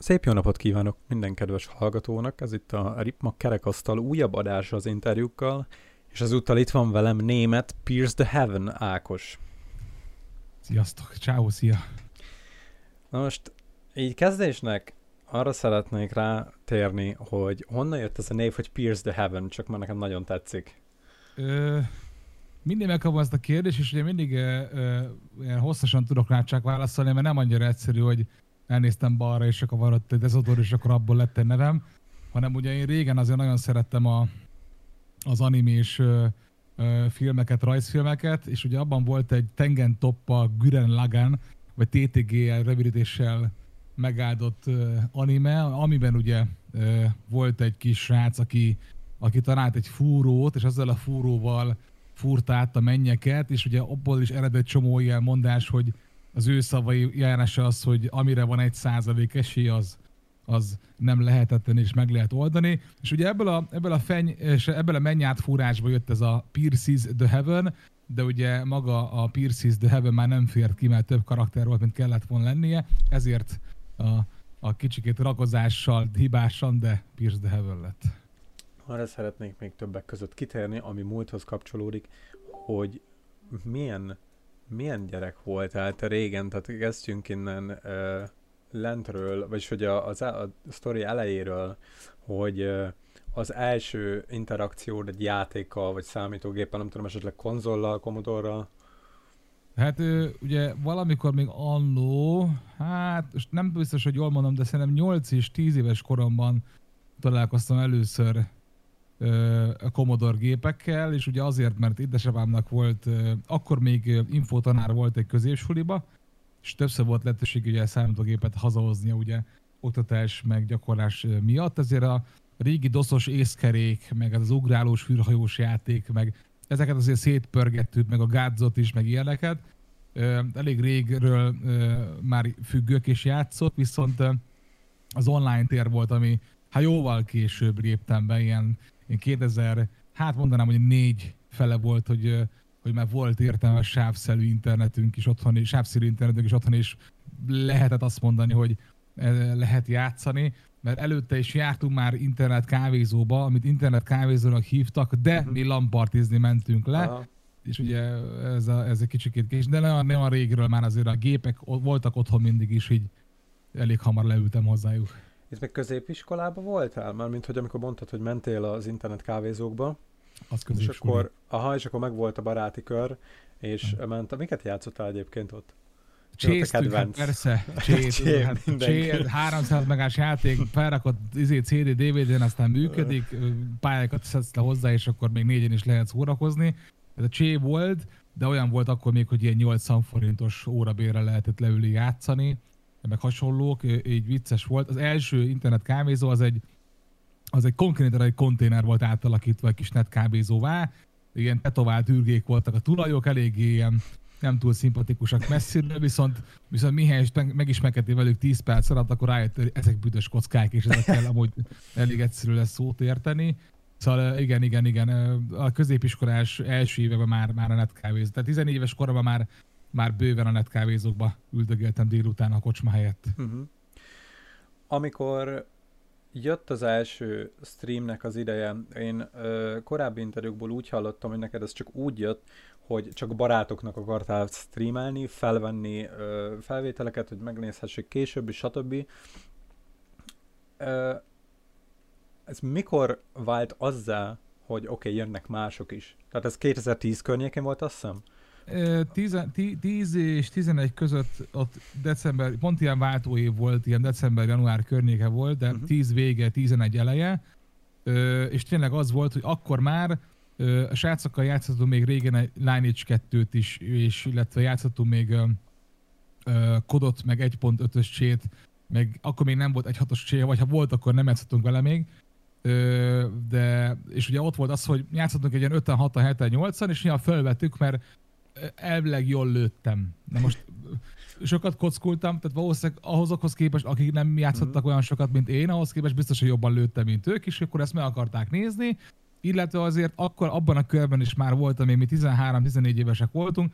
Szép jó napot kívánok minden kedves hallgatónak, ez itt a Ripmag kerekasztal újabb adása az interjúkkal, és ezúttal itt van velem német Pierce the Heaven Ákos. Sziasztok, ciao, szia! Na most így kezdésnek arra szeretnék rátérni, hogy honnan jött ez a név, hogy Pierce the Heaven, csak már nekem nagyon tetszik. Mindig megkapom ezt a kérdést, és ugye mindig ilyen hosszasan tudok rá csak válaszolni, mert nem annyira egyszerű, hogy elnéztem balra, és akkor van ott egy dezodor, és akkor abból lett egy nevem, hanem ugye én régen azért nagyon szerettem az animés filmeket, rajzfilmeket, és ugye abban volt egy Tengen Toppa Gurren Lagann, vagy TTGL rövidítéssel megáldott anime, amiben ugye volt egy kis srác, aki talált egy fúrót, és ezzel a fúróval fúrta át a mennyeket, és ugye abból is ered egy csomó ilyen mondás, hogy az ő szavai járása az, hogy amire van 1% esély, az nem lehetetlen és meg lehet oldani. És ugye ebből a mennyátfúrásból jött ez a Pierces the Heaven, de ugye maga a Pierces the Heaven már nem fért ki, mert több karakter volt, mint kellett volna lennie, ezért a kicsikét rakozással, hibásan, de Pierce the Heaven lett. Arra szeretnék még többek között kitérni, ami múlthoz kapcsolódik, hogy milyen gyerek voltál te régen, tehát kezdjünk innen lentről, vagyis hogy a sztori elejéről, hogy az első interakciód egy játékkal, vagy számítógéppel, nem tudom, esetleg konzollal, Commodore-ral. Hát ugye valamikor még annó, hát nem biztos, hogy jól mondom, de szerintem 8 és 10 éves koromban találkoztam először a Commodore gépekkel, és ugye azért, mert édesapámnak volt, akkor még infotanár volt egy középsuliba, és többször volt lehetőség ugye a számítógépet hazahoznia ugye oktatás meg gyakorlás miatt, ezért a régi doszos észkerék, meg az ugrálós fűrhajós játék, meg ezeket azért szétpörgettük, meg a gádzot is, meg ilyeneket. Elég régről már függök és játszott, viszont az online tér volt, ami hát jóval később léptem be, ilyen 2000, hát mondanám, hogy 4 fele volt, hogy már volt értelmes sávszélű internetünk is otthon, és lehetett azt mondani, hogy lehet játszani, mert előtte is jártunk már internet kávézóba, amit internet kávézónak hívtak, de mi lampartizni mentünk le, és ugye ez egy kicsikét kés, de nem a régről már azért a gépek voltak otthon mindig is, így elég hamar leültem hozzájuk. Itt még középiskolában voltál? Mármint, hogy amikor mondtad, hogy mentél az internet kávézókba, és akkor meg volt a baráti kör, és miket játszottál egyébként ott? Csésztük, hát persze. Csét, 300 megás játék, felrakott CD, DVD-n, aztán működik, pályákat szedsz le hozzá, és akkor még 4-en is lehet szórakozni. Ez a csé volt, de olyan volt akkor még, hogy ilyen 80 forintos órabérre lehetett leülni játszani, meg hasonlók, így vicces volt. Az első internet kávézó az egy konkrétan egy konténer volt átalakítva egy kis netkávézóvá, ilyen tetovált ürgék voltak a tulajok, eléggé ilyen nem túl szimpatikusak messziről, viszont mihelyest megismerkedtél velük 10 perc alatt, akkor rájött, hogy ezek büdös kockák, és ezekkel amúgy elég egyszerű lesz szót érteni. Szóval igen, a középiskolás első években már a netkávézó. Tehát 14 éves koromban már bőven a netkávézókba üldögéltem délután a kocsma helyett. Amikor jött az első streamnek az ideje, én korábbi interjúkból úgy hallottam, hogy neked ez csak úgy jött, hogy csak barátoknak akartál streamelni, felvenni felvételeket, hogy megnézhessék később, és stb. Ez mikor vált azzá, hogy oké, jönnek mások is? Tehát ez 2010 környékén volt, azt hiszem? 10 és 11 között ott december, pont ilyen váltóév volt, ilyen december-január környéke volt, de 10 vége, 11 eleje, és tényleg az volt, hogy akkor már a srácokkal játszottunk még régen egy Lineage 2-t is, és illetve játszottunk még kodot, meg 1.5-ös csét, meg akkor még nem volt 1.6-os csé, vagy ha volt, akkor nem játszottunk vele még. És ugye ott volt az, hogy játszottunk egy ilyen 5-6, 7-8-an, és néha fölvettük, mert elvileg jól lőttem. Na most sokat kockultam, tehát valószínűleg ahhozokhoz képest, akik nem játszottak olyan sokat, mint én, ahhoz képest biztos, hogy jobban lőttem, mint ők, és akkor ezt meg akarták nézni, illetve azért akkor abban a körben is már voltam, még mi 13-14 évesek voltunk,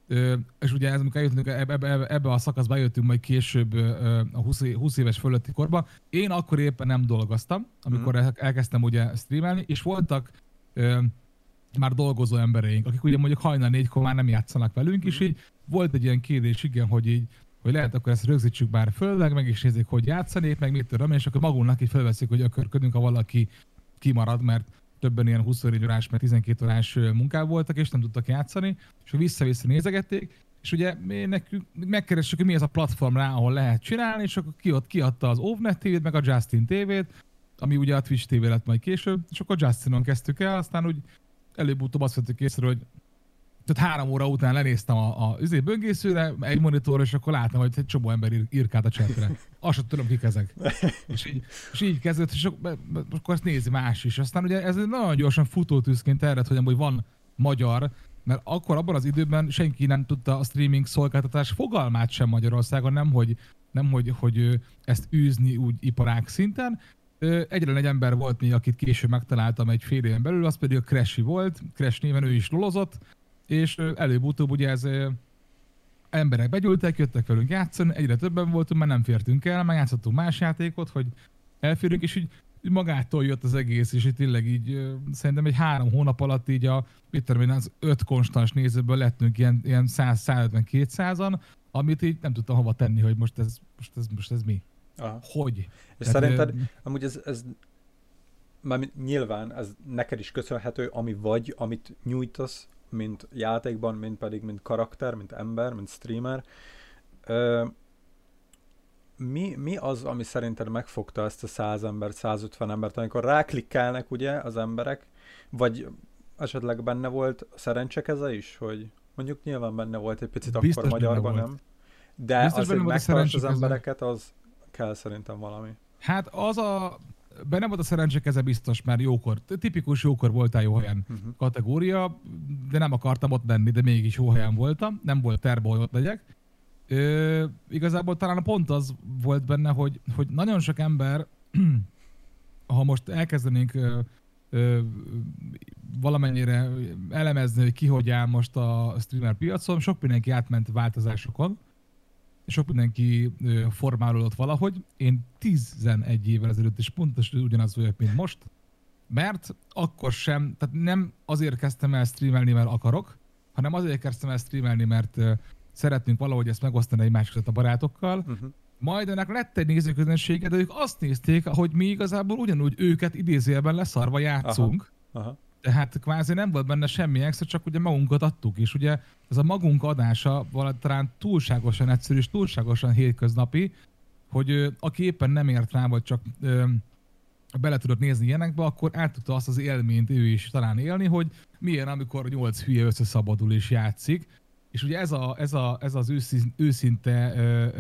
És ugye amikor eljöttünk ebbe a szakaszba, eljöttünk majd később a 20 éves fölötti korba. Én akkor éppen nem dolgoztam, amikor elkezdtem ugye streamelni, és voltak már dolgozó embereink, akik ugye mondjuk hajnal 4-kor már nem játszanak velünk, és így volt egy ilyen kérdés, igen, hogy lehet akkor ezt rögzítsük már föl, meg is nézzék, hogy játszanék, meg mit tudom, és akkor magunknak így felveszik, hogy ökörködünk, ha valaki kimarad, mert többen ilyen 24 órás, mert 12 órás munkában voltak, és nem tudtak játszani, és vissza-vissza nézegették, és ugye mi nekünk megkeressük, hogy mi ez a platform rá, ahol lehet csinálni, és akkor kiadta az OVNet TV-t, meg a Justin TV-t, ami ugye a Twitch TV lett majd később, és akkor Justinon kezdtük el, aztán úgy előbb-utóbb azt vettük észre, hogy tehát 3 óra után lenéztem a böngészőre, egy monitorra, és akkor láttam, hogy egy csomó ember írkált a chatre. Azt sem tudom, kik ezek. És így kezdett, és akkor azt nézi más is. Aztán ugye ez nagyon gyorsan futótűzként terjedt, hogy van magyar, mert akkor abban az időben senki nem tudta a streaming szolgáltatás fogalmát sem Magyarországon, nem hogy ezt űzni úgy iparág szinten. Egyre egy ember volt még, akit később megtaláltam egy fél éven belül, az pedig a Crashy volt, Crash néven ő is lolozott, és előbb-utóbb ugye ez emberek begyűltek, jöttek velünk játszani, egyre többen voltunk, már nem fértünk el, már játszottunk más játékot, hogy elférünk, és így magától jött az egész, és itt tényleg így szerintem egy 3 hónap alatt így az 5 konstans nézőből lettünk ilyen 100-150-200-an, amit így nem tudtam hova tenni, hogy most ez mi? Aha. Hogy? És szerinted amúgy ez már nyilván ez neked is köszönhető, ami vagy, amit nyújtasz, mint játékban, mint karakter, mint ember, mint streamer. Mi az, ami szerinted megfogta ezt a 100 embert, 150 embert, amikor ráklikkelnek ugye az emberek, vagy esetleg benne volt a szerencsekeze is, hogy mondjuk nyilván benne volt egy picit, biztos akkor magyarban nem. De biztos azért megtarts az embereket, az kell szerintem valami. Hát benne volt a szerencsekeze biztos, mert tipikus jókor voltál jó helyen kategória, de nem akartam ott lenni, de mégis jó helyen voltam, nem volt terve, hogy ott legyek. Igazából talán pont az volt benne, hogy nagyon sok ember, ha most elkezdenénk valamennyire elemezni, hogy ki hogy áll most a streamer piacon, sok mindenki átment változásokon, sok mindenki formálódott valahogy. Én 11 évvel ezelőtt is pontosan ugyanaz vagyok, mint most, mert akkor sem, tehát nem azért kezdtem el streamelni, mert akarok, hanem azért kezdtem el streamelni, mert szeretnénk valahogy ezt megosztani egymás között a barátokkal. Majd ennek lett egy nézőközönsége, de ők azt nézték, hogy mi igazából ugyanúgy őket idézőjelben leszarva játszunk. Aha. Tehát kvázi nem volt benne semmi extra, csak ugye magunkat adtuk, és ugye ez a magunk adása talán túlságosan egyszerű és túlságosan hétköznapi, hogy aki éppen nem ért rá, vagy csak bele tudott nézni ilyenekbe, akkor át tudta azt az élményt ő is talán élni, hogy milyen, amikor 8 hülye összeszabadul és játszik. És ugye ez az őszinte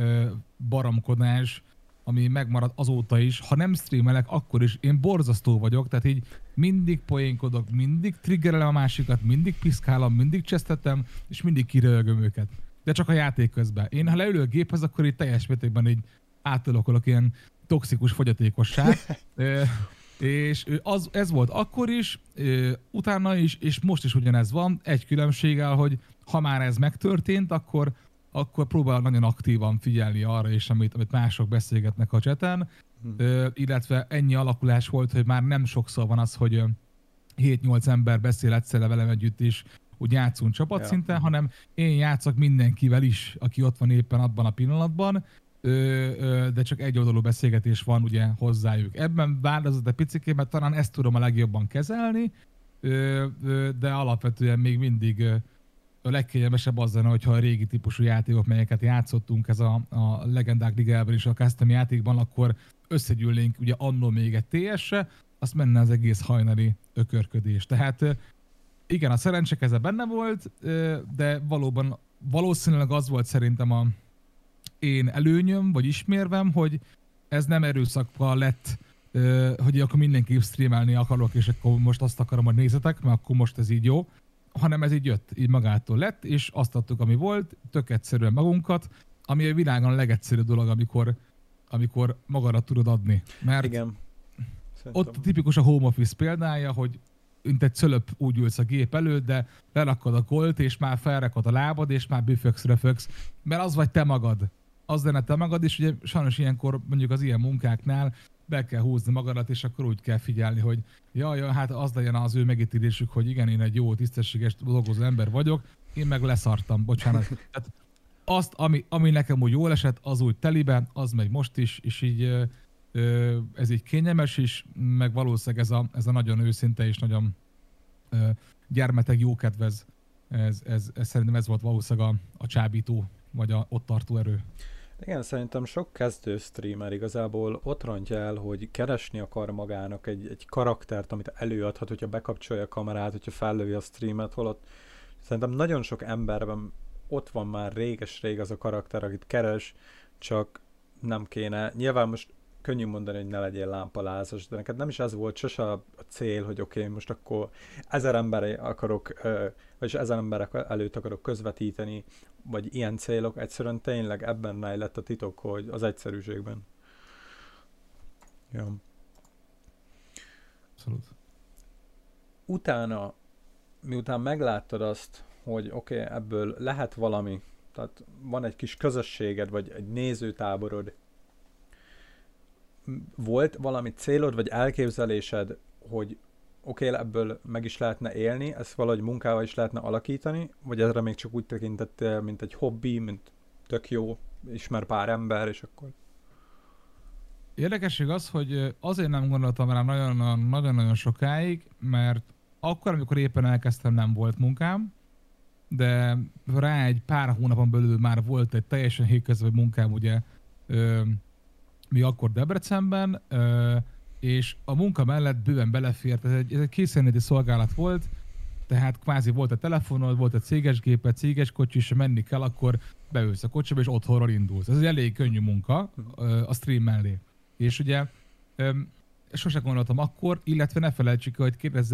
baromkodás, ami megmarad azóta is, ha nem streamelek, akkor is én borzasztó vagyok, tehát így mindig poénkodok, mindig triggerelem a másikat, mindig piszkálom, mindig csesztetem, és mindig kiröhögöm őket. De csak a játék közben. Én ha leülök a géphez, akkor így teljes mértékben így átalakulok ilyen toxikus fogyatékossá. És ez volt akkor is, utána is, és most is ugyanez van. Egy különbséggel, hogy ha már ez megtörtént, akkor próbál nagyon aktívan figyelni arra is, amit mások beszélgetnek a chaten, illetve ennyi alakulás volt, hogy már nem sokszor van az, hogy 7-8 ember beszél egyszerre velem együtt is, úgy játszunk csapatszinten, hanem én játszok mindenkivel is, aki ott van éppen abban a pillanatban, de csak egy oldalú beszélgetés van ugye hozzájuk. Ebben változott egy picikét, mert talán ezt tudom a legjobban kezelni, de alapvetően még mindig a legkényelmesebb az lenne, hogyha a régi típusú játékok, melyeket játszottunk, ez a Legendák Ligájában is a custom játékban, akkor összegyűlnénk ugye annó még egy TS-re, azt menne az egész hajnali ökörködés. Tehát igen, a szerencsekeze benne volt, de valószínűleg az volt szerintem én előnyöm, vagy ismérvem, hogy ez nem erőszakkal lett, hogy akkor mindenki streamelni akarok, és akkor most azt akarom, hogy nézzetek, mert akkor most ez így jó, hanem ez így jött, így magától lett, és azt adtuk, ami volt, tök egyszerűen magunkat, ami a világon a legegyszerűbb dolog, amikor magadra tudod adni. Mert igen. Ott tipikus a home office példája, hogy mint egy cölöp úgy ülsz a gép előtt, de lerakod a golt, és már felrakod a lábad, és már büfögsz-röfögsz, mert az vagy te magad. Az lenne te magad, és ugye sajnos ilyenkor mondjuk az ilyen munkáknál be kell húzni magadat, és akkor úgy kell figyelni, hogy jaj, hát az legyen az ő megítélésük, hogy igen, én egy jó, tisztességes dolgozó ember vagyok, én meg leszartam, bocsánat. Tehát azt, ami nekem úgy jól esett, az úgy telibe, az megy most is, és így ez így kényelmes is, meg valószínűleg ez a nagyon őszinte és nagyon gyermeteg jókedvez, szerintem ez volt valószínűleg a csábító, vagy a ott tartó erő. Igen, szerintem sok kezdő streamer igazából ott rontja el, hogy keresni akar magának egy karaktert, amit előadhat, hogyha bekapcsolja a kamerát, hogyha fellövi a streamet, holott szerintem nagyon sok emberben ott van már réges-rég az a karakter, akit keres, csak nem kéne. Nyilván most könnyű mondani, hogy ne legyél lámpalázas, de neked nem is ez volt sose a cél, hogy oké, most akkor 1000 emberek akarok, vagyis 1000 emberek előtt akarok közvetíteni, vagy ilyen célok, egyszerűen tényleg ebben rejlett a titok, hogy az egyszerűségben. Ja. Abszolút. Utána, miután megláttad azt, hogy oké, ebből lehet valami, tehát van egy kis közösséged, vagy egy nézőtáborod, volt valami célod, vagy elképzelésed, hogy oké, ebből meg is lehetne élni, ezt valahogy munkával is lehetne alakítani, vagy ezre még csak úgy tekintettél, mint egy hobbi, mint tök jó, ismer pár ember, és akkor... Érdekesség az, hogy azért nem gondoltam rá nagyon-nagyon sokáig, mert akkor, amikor éppen elkezdtem, nem volt munkám, de rá egy pár hónapon belül már volt egy teljesen hétköznapi munkám, ugye, mi akkor Debrecenben, és a munka mellett bőven belefért, ez egy készenléti szolgálat volt, tehát kvázi volt a telefonod, volt a céges géped, céges kocsi, és ha menni kell, akkor beülsz a kocsiba, és otthonról indulsz. Ez egy elég könnyű munka a stream mellé. És ugye sose gondoltam akkor, illetve ne felejtsük, hogy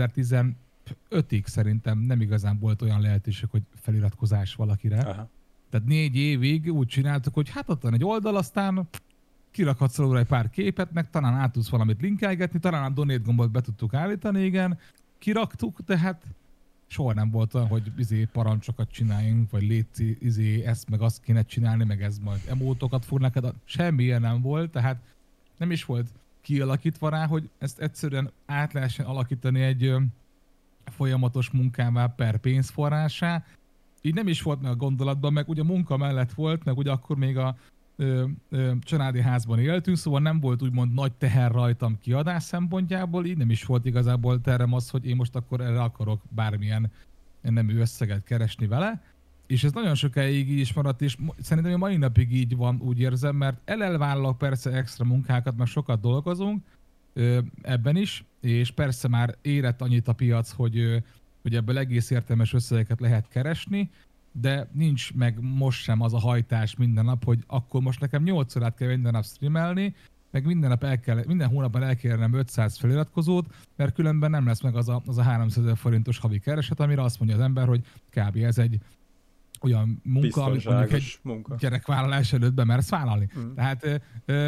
2015-ig szerintem nem igazán volt olyan lehetőség, hogy feliratkozás valakire. Aha. Tehát 4 évig úgy csináltuk, hogy hát ott van egy oldal, aztán kirakhatsz róla egy pár képet, meg talán át tudsz valamit linkelgetni, talán a donate gombot be tudtuk állítani, igen, kiraktuk, de hát soha nem volt olyan, hogy parancsokat csináljunk, vagy légy ezt meg azt kéne csinálni, meg ez majd emótokat fog neked, semmi ilyen nem volt, tehát nem is volt kialakítva rá, hogy ezt egyszerűen át lehessen alakítani egy folyamatos munkává per pénzforrásá. Így nem is volt meg a gondolatban, meg ugye munka mellett volt, meg ugye akkor még a családi házban éltünk, szóval nem volt úgymond nagy teher rajtam kiadás szempontjából, így nem is volt igazából terem az, hogy én most akkor erre akarok bármilyen nemű összeget keresni vele, és ez nagyon sokáig így is maradt, és szerintem a mai napig így van, úgy érzem, mert elvállalok persze extra munkákat, meg sokat dolgozunk ebben is, és persze már érett annyit a piac, hogy ebből egész értelmes összegeket lehet keresni, de nincs meg most sem az a hajtás minden nap, hogy akkor most nekem 8 órát kell minden nap streamelni, meg minden hónapban el kell érnem 500 feliratkozót, mert különben nem lesz meg az a 300 000 forintos havi kereset, amire azt mondja az ember, hogy kb. Ez egy olyan munka, amit mondjuk egy gyerekvállalás előtt bemersz vállalni. Tehát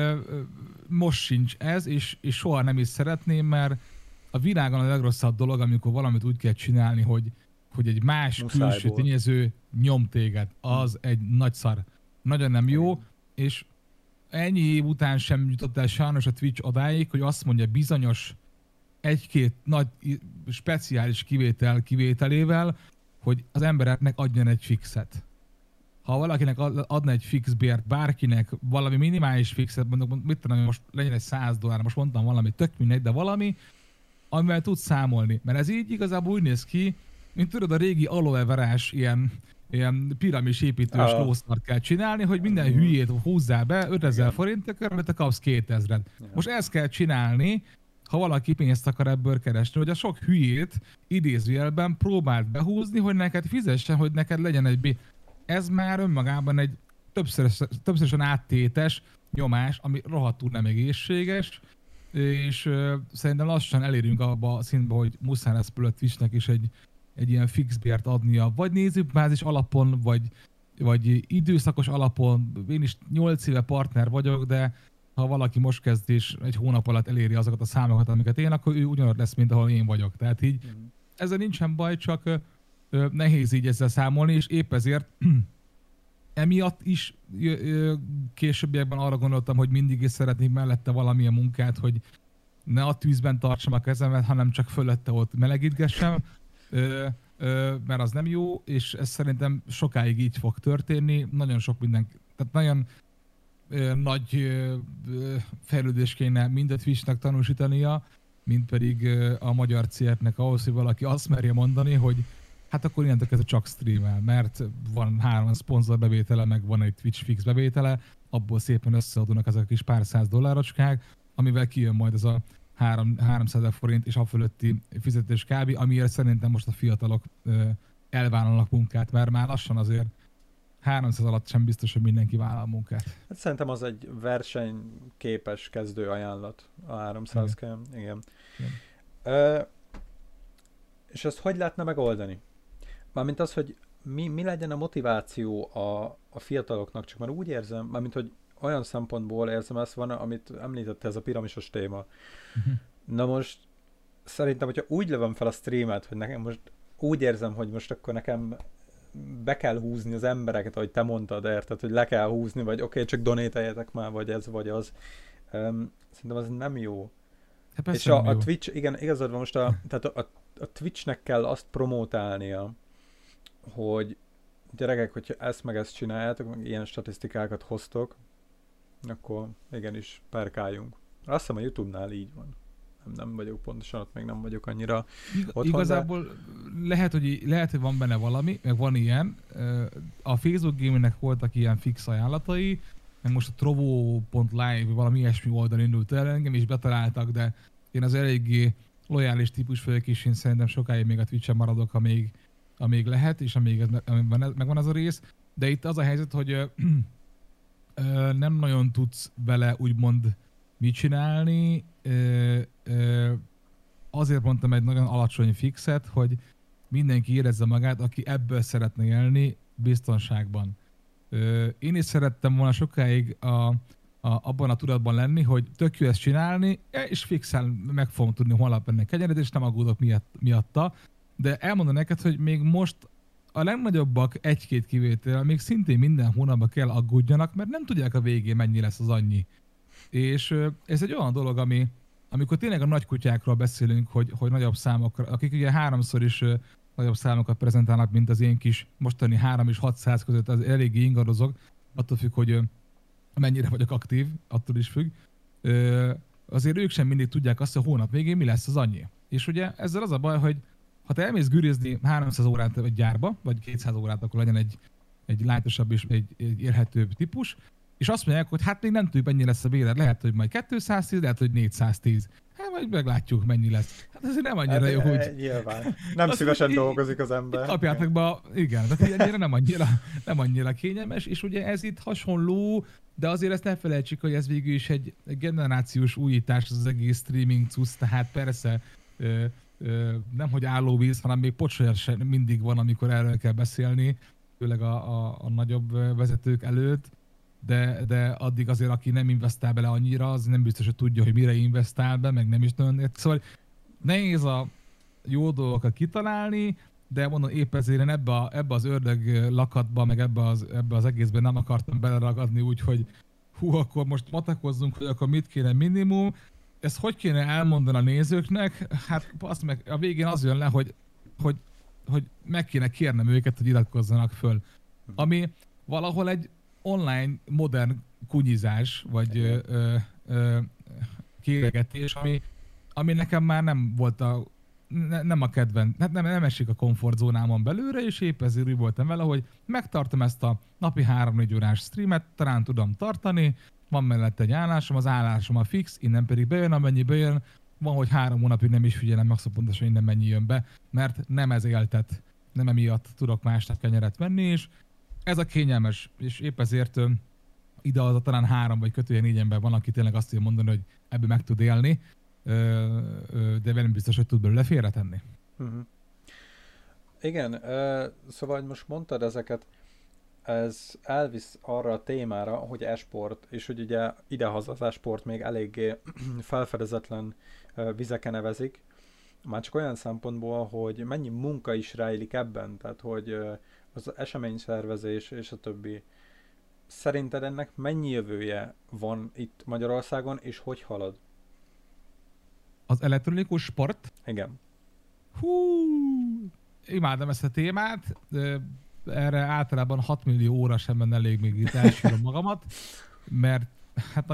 most sincs ez, és soha nem is szeretném, mert a világon a legrosszabb dolog, amikor valamit úgy kell csinálni, hogy egy más külső tényező nyom téged, az egy nagy szar. Nagyon nem jó, és ennyi év után sem jutott el sajnos a Twitch odáig, hogy azt mondja bizonyos egy-két nagy speciális kivételével, hogy az embereknek adjon egy fixet. Ha valakinek adna egy fix bért, bárkinek valami minimális fixet, mondok, mit tudom, most legyen egy $100, most mondtam valami, tök mindegy, de valami, amivel tudsz számolni. Mert ez így igazából úgy néz ki, mint tudod, a régi aloe verás ilyen piramis építős lószart kell csinálni, hogy minden hülyét húzzál be 5000 forintokra, mert te kapsz 2000-et. Most ezt kell csinálni, ha valaki pénzt akar ebből keresni, hogy a sok hülyét idézőjelben próbált behúzni, hogy neked fizessen, hogy neked legyen egy Ez már önmagában egy többszörösen áttétes nyomás, ami rohadtul nem egészséges, és szerintem lassan elérünk abba a szintbe, hogy muszáj lesz a Twitchnek is egy ilyen fix bért adnia, vagy nézőbázis alapon, vagy időszakos alapon. Én is 8 éve partner vagyok, de ha valaki most kezd és egy hónap alatt eléri azokat a számokat, amiket én, akkor ő ugyanott lesz, mint ahol én vagyok. Tehát így ezzel nincsen baj, csak nehéz így ezzel számolni, és épp ezért emiatt is későbbiekben arra gondoltam, hogy mindig is szeretnék mellette valamilyen munkát, hogy ne a tűzben tartsam a kezemet, hanem csak fölötte ott melegítgessem, mert az nem jó, és ez szerintem sokáig így fog történni. Nagyon sok minden, tehát nagyon nagy fejlődés kéne mind a Twitchnek tanúsítania, mind pedig a magyar cégeknek ahhoz, hogy valaki azt merje mondani, hogy hát akkor innentől kezdve csak streamel, mert van 3 szponzor bevétele, meg van egy Twitch fix bevétele, abból szépen összeadódnak ezek a kis pár száz dollárocskák, amivel kijön majd ez a 300 000 forint és a fölötti fizetés kb., amiért szerintem most a fiatalok elvállalnak munkát, mert már lassan azért 300 alatt sem biztos, hogy mindenki vállal munkát. Hát szerintem az egy versenyképes kezdő ajánlat, a 300 k. Igen. És ezt hogy lehetne megoldani? Mármint az, hogy mi legyen a motiváció a fiataloknak, csak már úgy érzem, mármint hogy olyan szempontból érzem ezt van, amit említette ez a piramisos téma. Na most szerintem, hogyha úgy lövöm fel a streamet, hogy nekem most úgy érzem, hogy most akkor nekem be kell húzni az embereket, ahogy te mondtad, érted, hogy le kell húzni, vagy oké, csak donételjetek már, vagy ez, vagy az. Szerintem az nem jó. Hát és a Twitch, igen, igazad van most, tehát a Twitchnek kell azt promótálnia, hogy gyerekek, hogyha ezt meg ezt csináljátok, meg ilyen statisztikákat hoztok, akkor igenis perkáljunk. Azt hiszem a YouTube-nál így van. Nem vagyok pontosan, ott még nem vagyok annyira otthon. Igazából de... lehet, hogy van benne valami, meg van ilyen. A Facebook Gaming-nek voltak ilyen fix ajánlatai, meg most a trovo.live, valami ilyesmi oldal indult el, engem is betaláltak, de én az eléggé lojális típus vagyok, és én szerintem sokáig még a Twitch-en maradok, amíg lehet, és amíg megvan az a rész. De itt az a helyzet, hogy nem nagyon tudsz vele úgymond mit csinálni. Azért mondtam egy nagyon alacsony fixet, hogy mindenki érezze magát, aki ebből szeretne élni biztonságban. Én is szerettem volna sokáig abban a tudatban lenni, hogy tök jó ezt csinálni, és fixen meg fogom tudni holnap ennek kegyered, és nem aggódok miatta. De elmondom neked, hogy még most a legnagyobbak egy-két kivétel még szintén minden hónapban kell aggódjanak, mert nem tudják a végén mennyi lesz az annyi. És ez egy olyan dolog, amikor tényleg a nagy kutyákról beszélünk, hogy nagyobb számokra, akik ugye 3-szor is nagyobb számokat prezentálnak, mint az én kis mostani 3 és 600 között, az eléggé ingadozok, attól függ, hogy mennyire vagyok aktív, attól is függ. Azért ők sem mindig tudják azt, hogy a hónap végén mi lesz az annyi. És ugye ezzel az a baj, hogy ha te elmész gűrizni 300 órát egy gyárba, vagy 200 órát, akkor legyen egy lájtosabb és egy érhetőbb típus, és azt mondják, hogy hát még nem tudjuk, mennyi lesz a béred, lehet, hogy majd 210, lehet, hogy 410. Hát majd meglátjuk, mennyi lesz. Hát ez nem annyira jó, hogy... Nyilván. Nem szívesen dolgozik az ember. Kapjátok be, igen, de ennyire nem annyira kényelmes, és ugye ez itt hasonló, de azért ezt ne felejtsük, hogy ez végül is egy generációs újítás az egész streaming cucc, tehát persze nem hogy állóvíz, hanem még pocsolya sem mindig van, amikor erről kell beszélni, főleg a nagyobb vezetők előtt. De addig azért, aki nem investál bele annyira, az nem biztos, hogy tudja, hogy mire investál be, meg nem is nagyon ért. Szóval nehéz a jó dolgokat kitalálni, de mondom, épp ezért én ebbe az ördög lakatba, meg ebbe az egészben nem akartam beleragadni, úgyhogy akkor most matakozzunk, hogy akkor mit kéne minimum. Ezt hogy kéne elmondani a nézőknek? Hát azt meg a végén az jön le, hogy meg kéne kérnem őket, hogy iratkozzanak föl. Ami valahol egy online modern kunyizás, vagy kéregetés, ami nekem már nem volt nem a kedvenc, nem esik a komfortzónámon belőle, és épp ezért úgy voltam vele, hogy megtartom ezt a napi 3-4 órás streamet, talán tudom tartani, van mellette egy állásom, az állásom a fix, innen pedig bejön, amennyi bejön, van, hogy 3 hónapig nem is figyelem meg, pontosan innen mennyi jön be, mert nem ez éltet, nem emiatt tudok másnap kenyeret venni, és ez a kényelmes, és épp ezért ide az a talán 3 vagy kötője 4 ember van, aki tényleg azt tudja mondani, hogy ebből meg tud élni, de velem biztos, hogy tud belőle félretenni. Igen, szóval most mondtad ezeket, ez elvisz arra a témára, hogy e-sport, és hogy ugye idehaza az e-sport még eléggé felfedezetlen vizeken nevezik, már csak olyan szempontból, hogy mennyi munka is rejlik ebben, tehát hogy az eseményszervezés és a többi. Szerinted ennek mennyi jövője van itt Magyarországon, és hogy halad? Az elektronikus sport? Igen. Hú, imádom ezt a témát. Erre általában 6 millió óra sem menne elég, még itt elsírom magamat, mert hát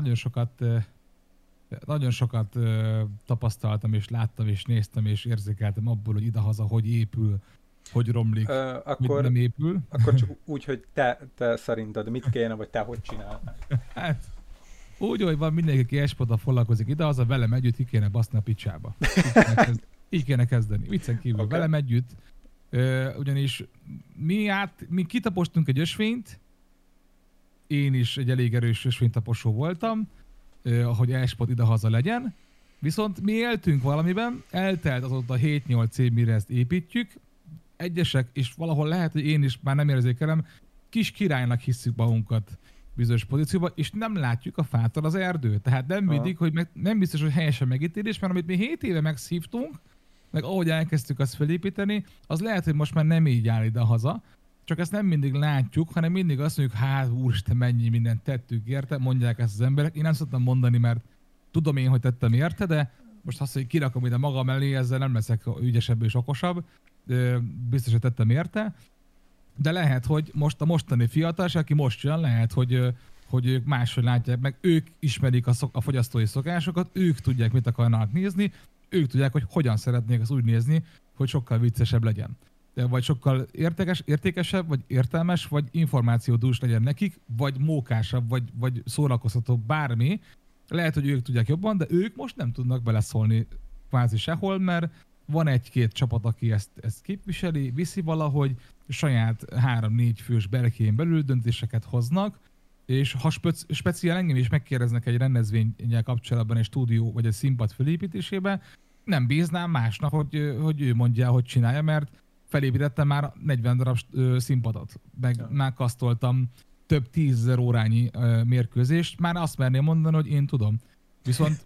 nagyon sokat tapasztaltam, és láttam, és néztem, és érzékeltem abból, hogy idehaza hogy épül, hogy romlik, mit nem épül. Akkor csak úgy, hogy te szerinted mit kéne, vagy te hogy csinálnál? Hát, úgy, hogy van mindenki, aki e-sporttal foglalkozik idehaza, velem együtt ki kéne baszni a picsába. Így kéne kezdeni. Viccen kívül, okay. Velem együtt. Ugyanis mi kitapostunk egy ösvényt, én is egy elég erős ösvénytaposó voltam, hogy e-sport idehaza legyen, viszont mi éltünk valamiben, eltelt azóta 7-8 év, mire ezt építjük, egyesek, és valahol lehet, hogy én is már nem érzékelem, kis királynak hisszük magunkat bizonyos pozícióban, és nem látjuk a fától az erdőt. Tehát nem mindig, hogy nem biztos, hogy helyesen megítélés, mert amit mi 7 éve megszívtunk, meg ahogy elkezdtük azt felépíteni, az lehet, hogy most már nem így áll ide-haza, csak ezt nem mindig látjuk, hanem mindig azt mondjuk, hát úristen, mennyi mindent tettük érte, mondják ezt az emberek. Én nem szoktam mondani, mert tudom én, hogy tettem érte, de most azt, hogy kirakom ide magam elé, ezzel nem leszek ügyesebb és okosabb. Biztos, hogy tettem érte. De lehet, hogy most a mostani fiatalság, aki most jön, lehet, hogy ők máshogy látják meg, ők ismerik a fogyasztói szokásokat, ők tudják, mit akarnak nézni, ők tudják, hogy hogyan szeretnék azt úgy nézni, hogy sokkal viccesebb legyen. Vagy sokkal értékesebb, vagy értelmes, vagy információdús legyen nekik, vagy mókásabb, vagy szórakoztatóbb, bármi. Lehet, hogy ők tudják jobban, de ők most nem tudnak beleszólni kvázi sehol, mert van egy-két csapat, aki ezt képviseli, viszi valahogy, saját 3-4 fős berkén belül döntéseket hoznak, és ha speciál engem is megkérdeznek egy rendezvényel kapcsolatban egy stúdió vagy egy színpad felépítésében, nem bíznám másnak, hogy ő mondja, hogy csinálja, mert felépítettem már 40 darab színpadot, meg már kasztoltam több 10 000 órányi mérkőzést, már azt merném mondani, hogy én tudom. Viszont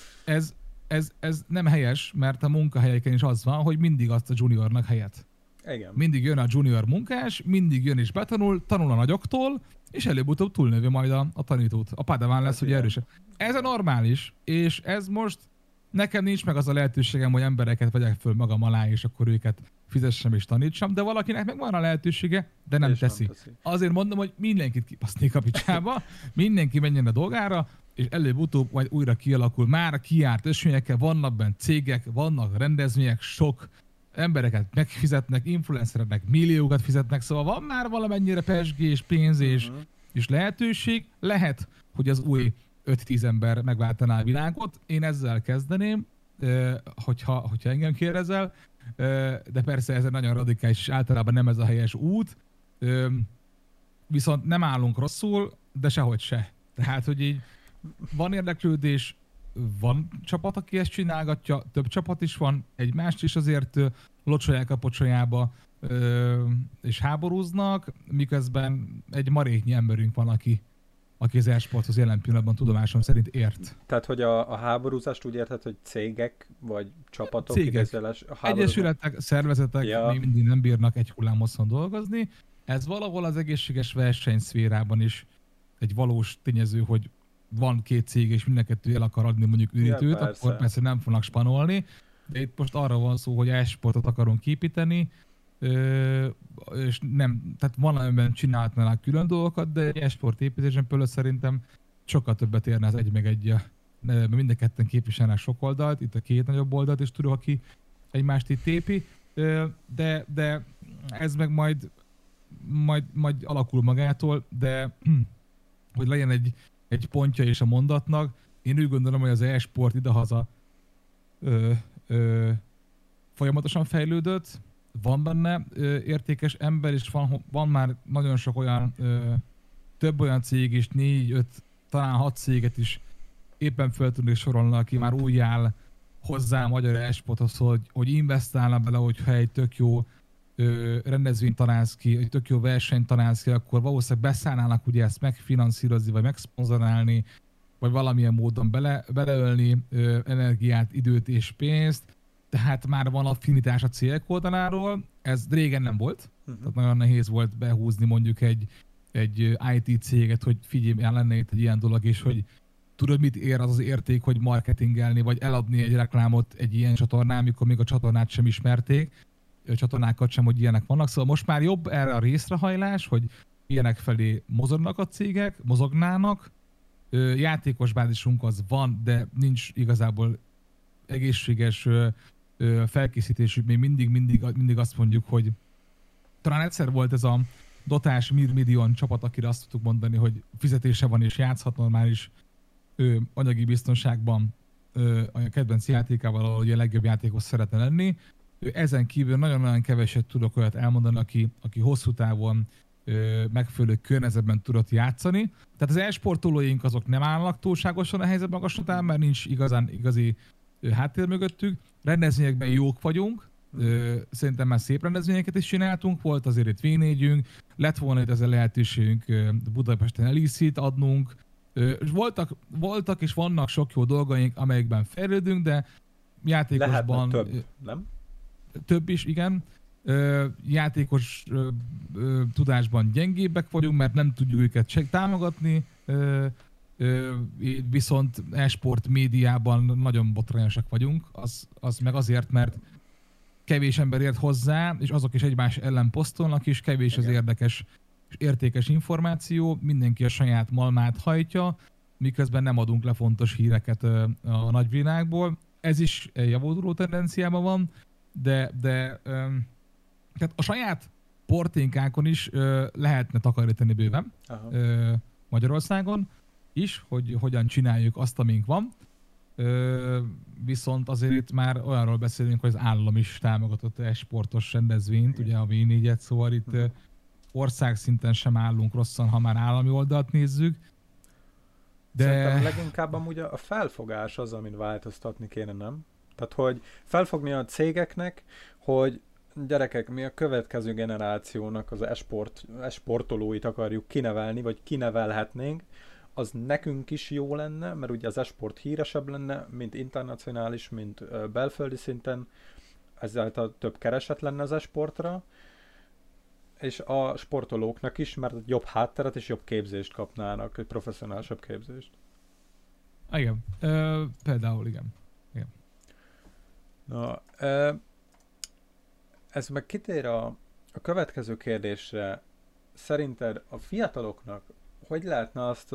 ez nem helyes, mert a munkahelyeken is az van, hogy mindig azt a juniornak helyet. Igen. Mindig jön a junior munkás, mindig jön és tanul a nagyoktól, és előbb-utóbb túlnövi majd a tanítót. A padaván lesz, hogy erősebb. Ez a normális, és ez most nekem nincs meg az a lehetőségem, hogy embereket vegyek föl magam alá, és akkor őket fizessem és tanítsam, de valakinek meg van a lehetősége, de nem teszi. Azért mondom, hogy mindenkit kipasznék a picsába, mindenki menjen a dolgára, és előbb-utóbb majd újra kialakul. Már kiárt ösvényekkel, vannak bent cégek, vannak rendezvények, sok embereket megfizetnek, influencereknek milliókat fizetnek, szóval van már valamennyire pesgés, pénz és lehetőség. Lehet, hogy az új 5-10 ember megváltaná a világot. Én ezzel kezdeném, hogyha engem kérdezel, de persze ez egy nagyon radikális, és általában nem ez a helyes út. Viszont nem állunk rosszul, de sehogy se. Tehát, hogy így van érdeklődés, van csapat, aki ezt csinálgatja, több csapat is van, egymást is azért locsolják a pocsolyába és háborúznak, miközben egy maréknyi emberünk van, aki az e-sporthoz jelen pillanatban tudomásom szerint ért. Tehát, hogy a háborúzást úgy érted, hogy cégek vagy csapatok? Cégek, egyesületek, szervezetek még mindig nem bírnak egy hullámhosszon dolgozni. Ez valahol az egészséges versenyszférában is egy valós tényező, hogy van 2 cég, és mind a kettő el akar adni mondjuk üritőt, akkor persze nem fognak spanolni, de itt most arra van szó, hogy e-sportot akarunk építeni, és nem, tehát valamiben csinálhatnánk külön dolgokat, de e-sport építésen például szerintem sokkal többet érne az egy meg egy, mind a ketten képviselnek sok oldalt, itt a 2 nagyobb oldalt is tudok, aki egymást itt tépi, de ez meg majd alakul magától, de hogy legyen egy pontja és a mondatnak, én úgy gondolom, hogy az e-sport idehaza folyamatosan fejlődött, van benne értékes ember, és van már nagyon sok olyan, több olyan cég is, 4-5, talán 6 céget is éppen fel tudnék sorolni, aki már úgy áll hozzá a magyar e-sporthoz, hogy investálna bele, hogyha egy tök jó rendezvényt találsz ki, egy tök jó versenyt találsz ki, akkor valószínűleg beszállnának ugye ezt megfinanszírozni, vagy megszponzorálni, vagy valamilyen módon beleölni energiát, időt és pénzt, tehát már van affinitás a cégek oldaláról, ez régen nem volt, tehát nagyon nehéz volt behúzni mondjuk egy IT céget, hogy figyelj, lenne itt egy ilyen dolog, és hogy tudod, mit ér az az érték, hogy marketingelni, vagy eladni egy reklámot egy ilyen csatornán, amikor még a csatornát sem ismerték, csatornákat sem, hogy ilyenek vannak. Szóval most már jobb erre a részrehajlás, hogy ilyenek felé mozognak a cégek, mozognának. Játékos bázisunk az van, de nincs igazából egészséges felkészítésük. Még mindig azt mondjuk, hogy talán egyszer volt ez a Dotás Mirmidon csapat, akire azt tudtuk mondani, hogy fizetése van és játszhat normális anyagi biztonságban a kedvenc játékával, ahol a legjobb játékos szeretne lenni. Ezen kívül nagyon-nagyon keveset tudok olyat elmondani, aki hosszú távon megfelelő környezetben tudott játszani. Tehát az e-sportolóink azok nem állnak túlságosan a helyzet magaslatán, mert nincs igazi háttér mögöttük. Rendezvényekben jók vagyunk, szerintem már szép rendezvényeket is csináltunk, volt azért itt V4-ünk, lett volna itt ezzel lehetőségünk Budapesten Elise-t adnunk, voltak és vannak sok jó dolgaink, amelyekben fejlődünk, de játékosban... Lehetne több, nem? Több is, igen. Játékos tudásban gyengébbek vagyunk, mert nem tudjuk őket támogatni, viszont e-sport médiában nagyon botrányosak vagyunk, az meg azért, mert kevés ember ért hozzá, és azok is egymás ellen posztolnak, és kevés az érdekes és értékes információ, mindenki a saját malmát hajtja, miközben nem adunk le fontos híreket a nagyvilágból. Ez is javuló tendenciában van, de tehát a saját porténkákon is lehetne takarítani bőven Magyarországon is, hogy hogyan csináljuk azt, amink van. Viszont azért itt már olyanról beszélünk, hogy az állam is támogatott e-sportos rendezvényt, ugye a V4-et, szóval itt országszinten sem állunk rosszan, ha már állami oldalt nézzük. De szerintem leginkább amúgy a felfogás az, amin változtatni kéne, nem? Tehát, hogy felfogni a cégeknek, hogy gyerekek, mi a következő generációnak az e-sportolóit akarjuk kinevelni, vagy kinevelhetnénk, az nekünk is jó lenne, mert ugye az e-sport híresebb lenne, mint internacionális, mint belföldi szinten, ezáltal több kereset lenne az e-sportra, és a sportolóknak is, mert jobb hátteret és jobb képzést kapnának, egy professzionálisabb képzést. Igen, például igen. Na, ez meg kitér a következő kérdésre. Szerinted a fiataloknak hogy lehetne azt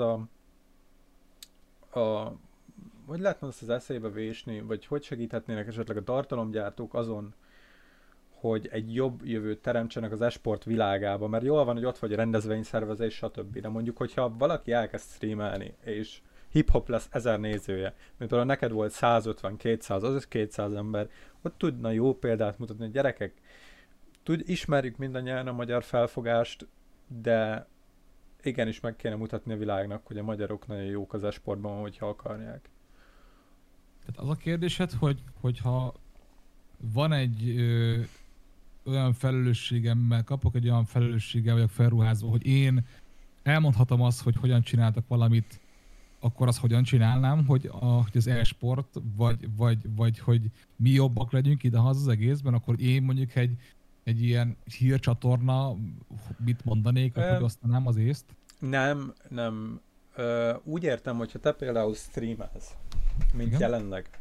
hogy lehetne azt az eszébe vésni, vagy hogy segíthetnének esetleg a tartalomgyártók azon, hogy egy jobb jövőt teremtsenek az e-sport világába, mert jól van, hogy ott vagy a rendezvényszervezés, stb. De mondjuk, hogyha valaki elkezd streamelni, és hip-hop lesz 1000 nézője, mint például neked volt 150-200, az is 200 ember, ott tudna jó példát mutatni, hogy gyerekek, ismerjük mindannyian a magyar felfogást, de igenis meg kéne mutatni a világnak, hogy a magyarok nagyon jók az e-sportban, hogyha akarják. Tehát az a kérdésed, hogyha van egy olyan felelősségemmel, kapok egy olyan felelősséggel vagyok felruházva, hogy én elmondhatom azt, hogy hogyan csináltak valamit, akkor azt hogyan csinálnám, hogy az e-sport, vagy hogy mi jobbak legyünk idehaza az egészben, akkor én mondjuk egy ilyen hírcsatorna, mit mondanék, hogy osztanám az észt? Nem. Úgy értem, hogyha te például streamelsz, mint igen? Jelenleg.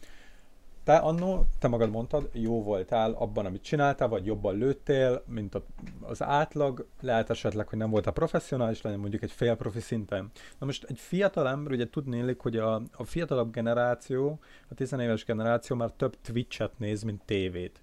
Te magad mondtad, jó voltál abban, amit csináltál, vagy jobban lőttél, mint az átlag. Lehet esetleg, hogy nem voltál professzionális, legyen mondjuk egy félprofi szinten. Na most egy fiatal ember, ugye tudni illik, hogy a fiatalabb generáció, a 10 éves generáció már több Twitch-et néz, mint tévét.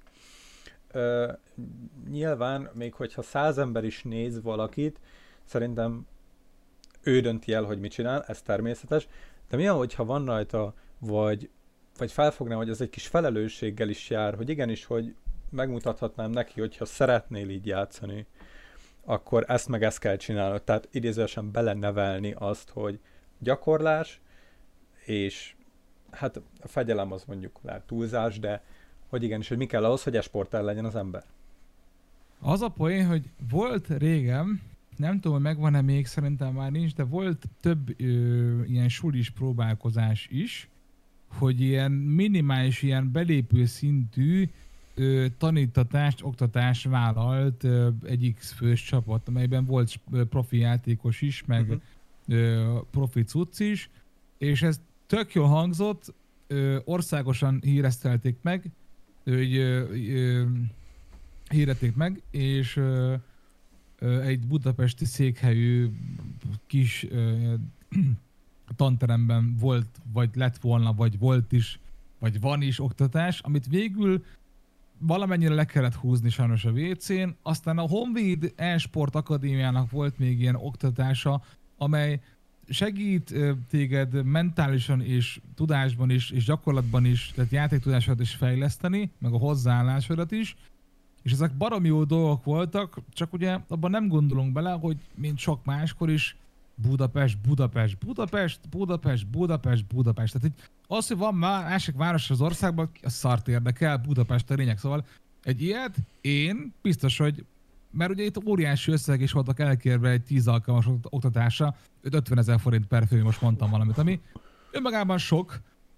Nyilván, még hogyha 100 ember is néz valakit, szerintem ő dönti el, hogy mit csinál, ez természetes, de mi, hogyha van rajta, vagy felfognám, hogy ez egy kis felelősséggel is jár, hogy igenis, hogy megmutathatnám neki, hogyha szeretnél így játszani, akkor ezt kell csinálnod. Tehát idézősen belenevelni azt, hogy gyakorlás, és hát a fegyelem az mondjuk lehet túlzás, de hogy igenis, hogy mi kell ahhoz, hogy e-sportál legyen az ember. Az a poén, hogy volt régen, nem tudom, hogy megvan-e még, szerintem már nincs, de volt több ilyen sulis próbálkozás is, hogy ilyen minimális, ilyen belépő szintű tanítatást, oktatást vállalt egy X-fős csapat, amelyben volt profi játékos is, meg profi cucc is, és ez tök jól hangzott, országosan híresztelték meg, hirdették meg, és egy budapesti székhelyű kis tanteremben volt, vagy lett volna, vagy volt is, vagy van is oktatás, amit végül valamennyire le kellett húzni sajnos a WC-n, aztán a Honvéd e-sport akadémiának volt még ilyen oktatása, amely segít téged mentálisan és tudásban is, és gyakorlatban is, tehát játéktudásodat is fejleszteni, meg a hozzáállásodat is, és ezek baromi jó dolgok voltak, csak ugye abban nem gondolunk bele, hogy mint sok máskor is Budapest. Tehát így az, hogy van másik város az országban, a szart érdekel, Budapest a lényeg. Szóval egy ilyet én biztos, hogy mert ugye itt óriási összeg is voltak elkérve egy 10 alkalmas oktatásra, 50 000 forint per fő, most mondtam valamit, ami önmagában sok,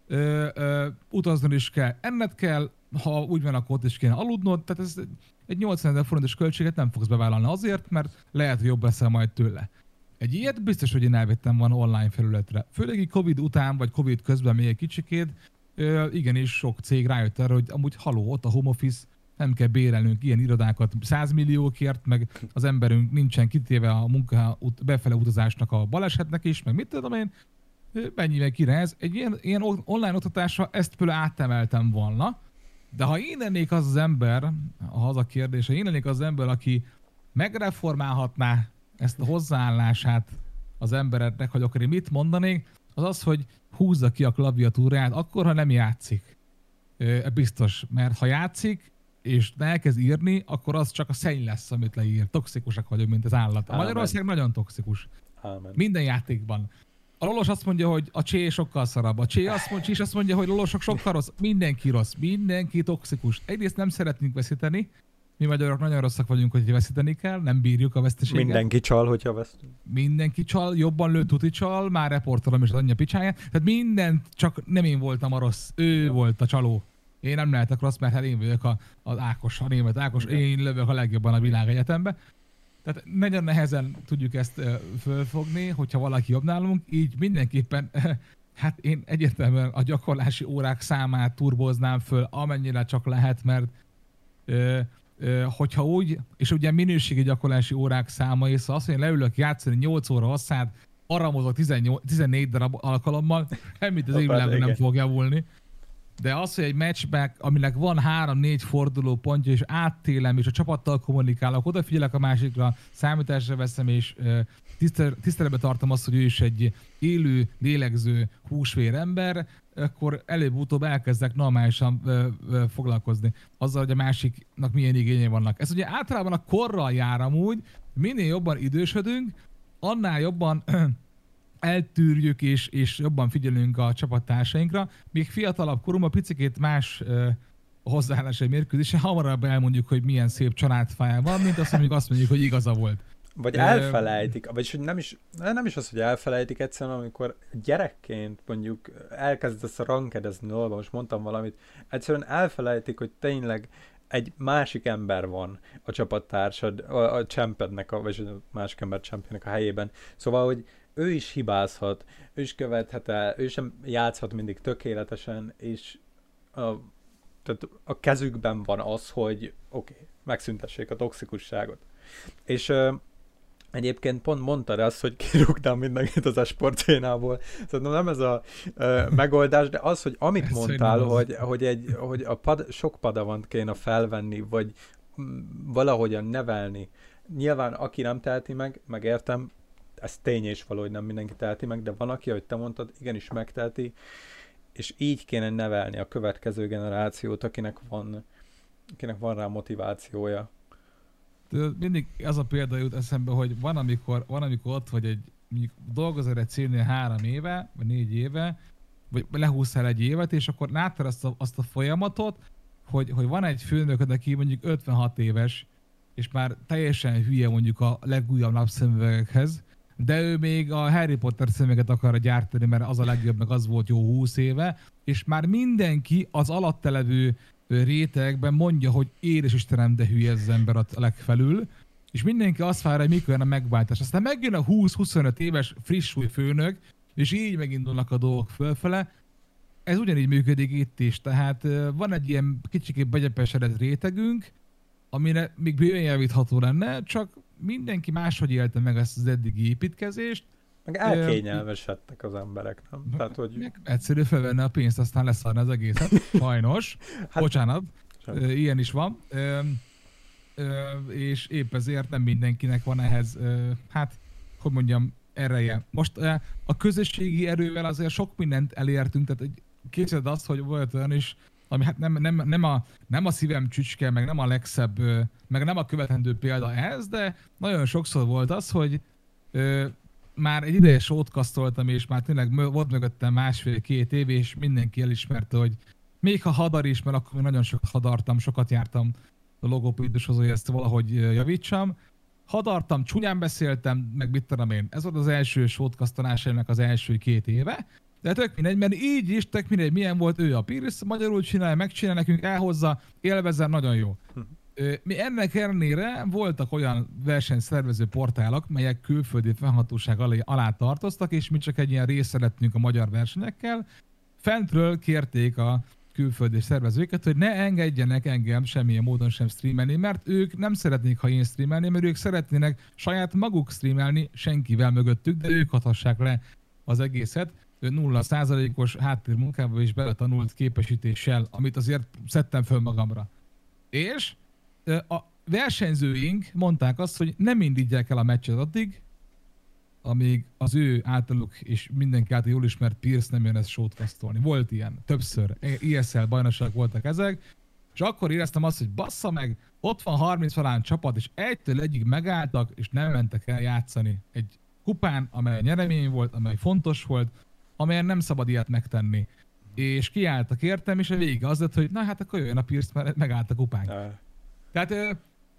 utazni is kell, enned kell, ha úgy van, akkor ott is kéne aludnod, tehát ez egy 80 000 forintos költséget nem fogsz bevállalni azért, mert lehet, hogy jobb leszel majd tőle. Egy ilyet biztos, hogy én elvettem van online felületre. Főleg így Covid után, vagy Covid közben még egy kicsikét, igenis sok cég rájött arra, hogy amúgy haló, ott a home office, nem kell bérelnünk ilyen irodákat 100 milliókért, meg az emberünk nincsen kitéve a munka befele utazásnak a balesetnek is, meg mit tudom én, mennyivel kirez. Egy ilyen online oktatásra ezt például átemeltem volna, de ha én lennék az ember, az a kérdés, ha én lennék az ember, aki megreformálhatná ezt a hozzáállását az embereknek, hogy akkor én mit mondanék, az az, hogy húzza ki a klaviatúráját akkor, ha nem játszik. Biztos, mert ha játszik, és elkezd írni, akkor az csak a szenny lesz, amit leír. Toxikusak vagyunk, mint az állat. A Magyarország nagyon toxikus. Amen. Minden játékban. A lolos azt mondja, hogy a csé sokkal szarabb. A csé azt mondja, hogy lolosok sokkal rossz. Mindenki rossz. Mindenki toxikus. Egyrészt nem szeretnénk veszíteni. Mi magyarok nagyon rosszak vagyunk, hogy veszíteni kell. Nem bírjuk a veszteséget. Mindenki csal, hogyha vesztünk. Mindenki csal, jobban lő, tuti csal, már reportolom is az anyja picsáját. Tehát mindent, csak nem én voltam a rossz. Ő volt a csaló. Én nem lehetek rossz, mert hát én vagyok az Ákos, a német Ákos. Én lövök a legjobban a világegyetembe. Tehát nagyon nehezen tudjuk ezt fölfogni, hogyha valaki jobb nálunk, így mindenképpen, hát én egyértelműen a gyakorlási órák számát turboznám föl, amennyire csak lehet, mert hogyha úgy, és ugye minőségi gyakorlási órák száma, és azt mondja, leülök játszani 8 óra hosszát, aramozok 14 darab alkalommal, semmit az évvilágon nem fog javulni. De az, hogy egy matchback, aminek van 3-4 forduló pontja, és áttélem, és a csapattal kommunikálok, odafigyelek a másikra, számításra veszem, és tiszteletbe tartom azt, hogy ő is egy élő, lélegző, húsvér ember, akkor előbb-utóbb elkezdek normálisan foglalkozni azzal, hogy a másiknak milyen igényei vannak. Ez ugye általában a korral jár amúgy, minél jobban idősödünk, annál jobban eltűrjük és jobban figyelünk a csapattársainkra, még fiatalabb korunkban picikét más hozzáállás egy mérkőzésen, hamarabb elmondjuk, hogy milyen szép családfája van, mint azt mondjuk, hogy igaza volt. Vagy elfelejtik, vagyis hogy nem is az, hogy elfelejtik egyszerűen, amikor gyerekként mondjuk elkezdesz rankedezni dolgokban, most mondtam valamit, egyszerűen elfelejtik, hogy tényleg egy másik ember van a csapattársad, a championnek, vagy a másik ember championnek a helyében. Szóval, hogy ő is hibázhat, ő is követhet el, ő sem játszhat mindig tökéletesen, és tehát a kezükben van az, hogy oké, megszüntessék a toxikusságot. És egyébként pont mondtad azt, hogy kirúgtam mindenkit az esportszénából. Szerintem nem ez a megoldás, de az, hogy amit mondtál, hogy sok padavant kéne felvenni, vagy valahogyan nevelni. Nyilván, aki nem teheti meg értem, ez tény és való, hogy nem mindenki teheti meg, de van, aki, ahogy te mondtad, igenis megteheti, és így kéne nevelni a következő generációt, akinek van rá motivációja. Mindig az a példa jut eszembe, hogy van, amikor ott vagy mondjuk dolgozol egy cégnél 3 éve, vagy 4 éve, vagy lehúztál egy évet, és akkor láttad azt a folyamatot, hogy van egy főnököd, aki mondjuk 56 éves, és már teljesen hülye mondjuk a legújabb napszemüvegekhez, de ő még a Harry Potter szemüveget akar gyártani, mert az a legjobb, meg az volt jó 20 éve, és már mindenki az alatta levő rétegben mondja, hogy édes Istenem, de hülye ez az ember a legfelül, és mindenki azt várja, hogy mikor jön a megváltás. Aztán megjön a 20-25 éves friss új főnök, és így megindulnak a dolgok fölfele. Ez ugyanígy működik itt is, tehát van egy ilyen kicsikét begyepesedett rétegünk, amire még bőven javítható lenne, csak mindenki máshogy élte meg ezt az eddigi építkezést. Meg elkényelmesedtek az emberek, nem? Tehát, hogy... Egyszerű felvenni a pénzt, aztán leszarni az egészet. Sajnos. Hát, bocsánat. Ilyen is van. És épp ezért nem mindenkinek van ehhez, hát, hogy mondjam, ereje. Most a közösségi erővel azért sok mindent elértünk, tehát képzeld azt, hogy volt olyan is, ami hát nem a szívem csücske, meg nem a legszebb, meg nem a követendő példa ez, de nagyon sokszor volt az, hogy már egy ideje shortcastoltam, és már tényleg volt mögöttem 1,5-2 év, és mindenki elismerte, hogy még ha hadar is, mert akkor még nagyon sokat hadartam, sokat jártam a logopédushoz, hogy ezt valahogy javítsam. Hadartam, csúnyán beszéltem, meg mit tudom én. Ez volt az első shortcastolásának az első 2 éve. De tök mindegy, mert így is tök mindegy, milyen volt ő a Piris, magyarul csinálja, megcsinálja nekünk, elhozza, élvezzen, nagyon jó. Mi ennek ellenére voltak olyan versenyszervező portálok, melyek külföldi fennhatóság alá tartoztak, és mi csak egy ilyen része lettünk a magyar versenyekkel. Fentről kérték a külföldi szervezőket, hogy ne engedjenek engem semmilyen módon sem streamelni, mert ők nem szeretnék, ha én streamelni, mert ők szeretnének saját maguk streamelni senkivel mögöttük, de ők hathassák le az egészet. 0%-os háttérmunkával és beletanult képesítéssel, amit azért szedtem föl magamra. És a versenyzőink mondták azt, hogy nem indítják el a meccset addig, amíg az ő általuk és mindenki által jól ismert Pierce nem jön ezt shortcastolni. Volt ilyen, többször. ESL bajnokság voltak ezek, és akkor éreztem azt, hogy bassza meg, ott van 30 valán csapat, és egytől egyig megálltak, és nem mentek el játszani egy kupán, amely nyeremény volt, amely fontos volt, amelyen nem szabad ilyet megtenni. És kiálltak értem, és a vége az lett, hogy na hát akkor jöjjön a Pierce, mert megállt a kupánk. Tehát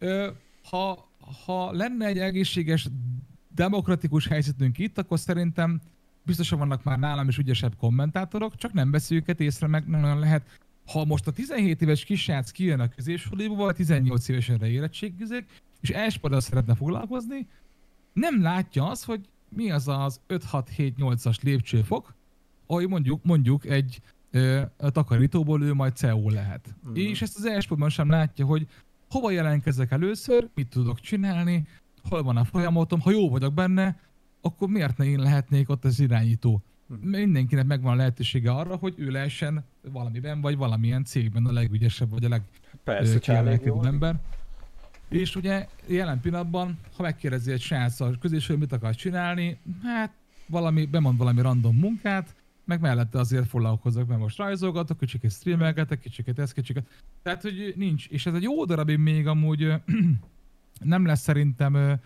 ha lenne egy egészséges, demokratikus helyzetünk itt, akkor szerintem biztosan vannak már nálam is ügyesebb kommentátorok, csak nem veszi őket észre, meg nem olyan lehet. Ha most a 17 éves kisrác kijön a középsuliból, 18 évesen érettségizik, és e-sporttal szeretne foglalkozni, nem látja az, hogy mi az az 5-6-7-8-as lépcsőfok, ahogy mondjuk egy takarítóból ő majd CEO lehet. És ezt az e-sportban sem látja, hogy hova jelentkezek először, mit tudok csinálni, hol van a folyamatom, ha jó vagyok benne, akkor miért ne én lehetnék ott az irányító? Mindenkinek megvan a lehetősége arra, hogy ő lehessen valamiben, vagy valamilyen cégben a legügyesebb, vagy a legkiemelkedőbb ember. És ugye jelen pillanatban, ha megkérdezi egy srác a közésről, mit akar csinálni, hát bemond valami random munkát, meg mellette azért foglalkozok, mert most rajzolgatok, kicsiket streamelgetek, kicsiket ezt, kicsiket. Tehát, hogy nincs. És ez egy jó darabig még amúgy nem lesz szerintem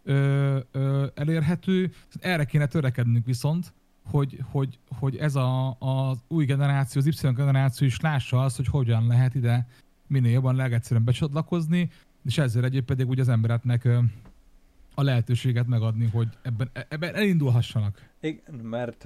elérhető. Erre kéne törekednünk viszont, hogy ez az új generáció, az Y generáció is lássa azt, hogy hogyan lehet ide minél jobban legegyszerűen becsatlakozni, és ezzel egyéb pedig úgy az embereknek a lehetőséget megadni, hogy ebben elindulhassanak. Igen, mert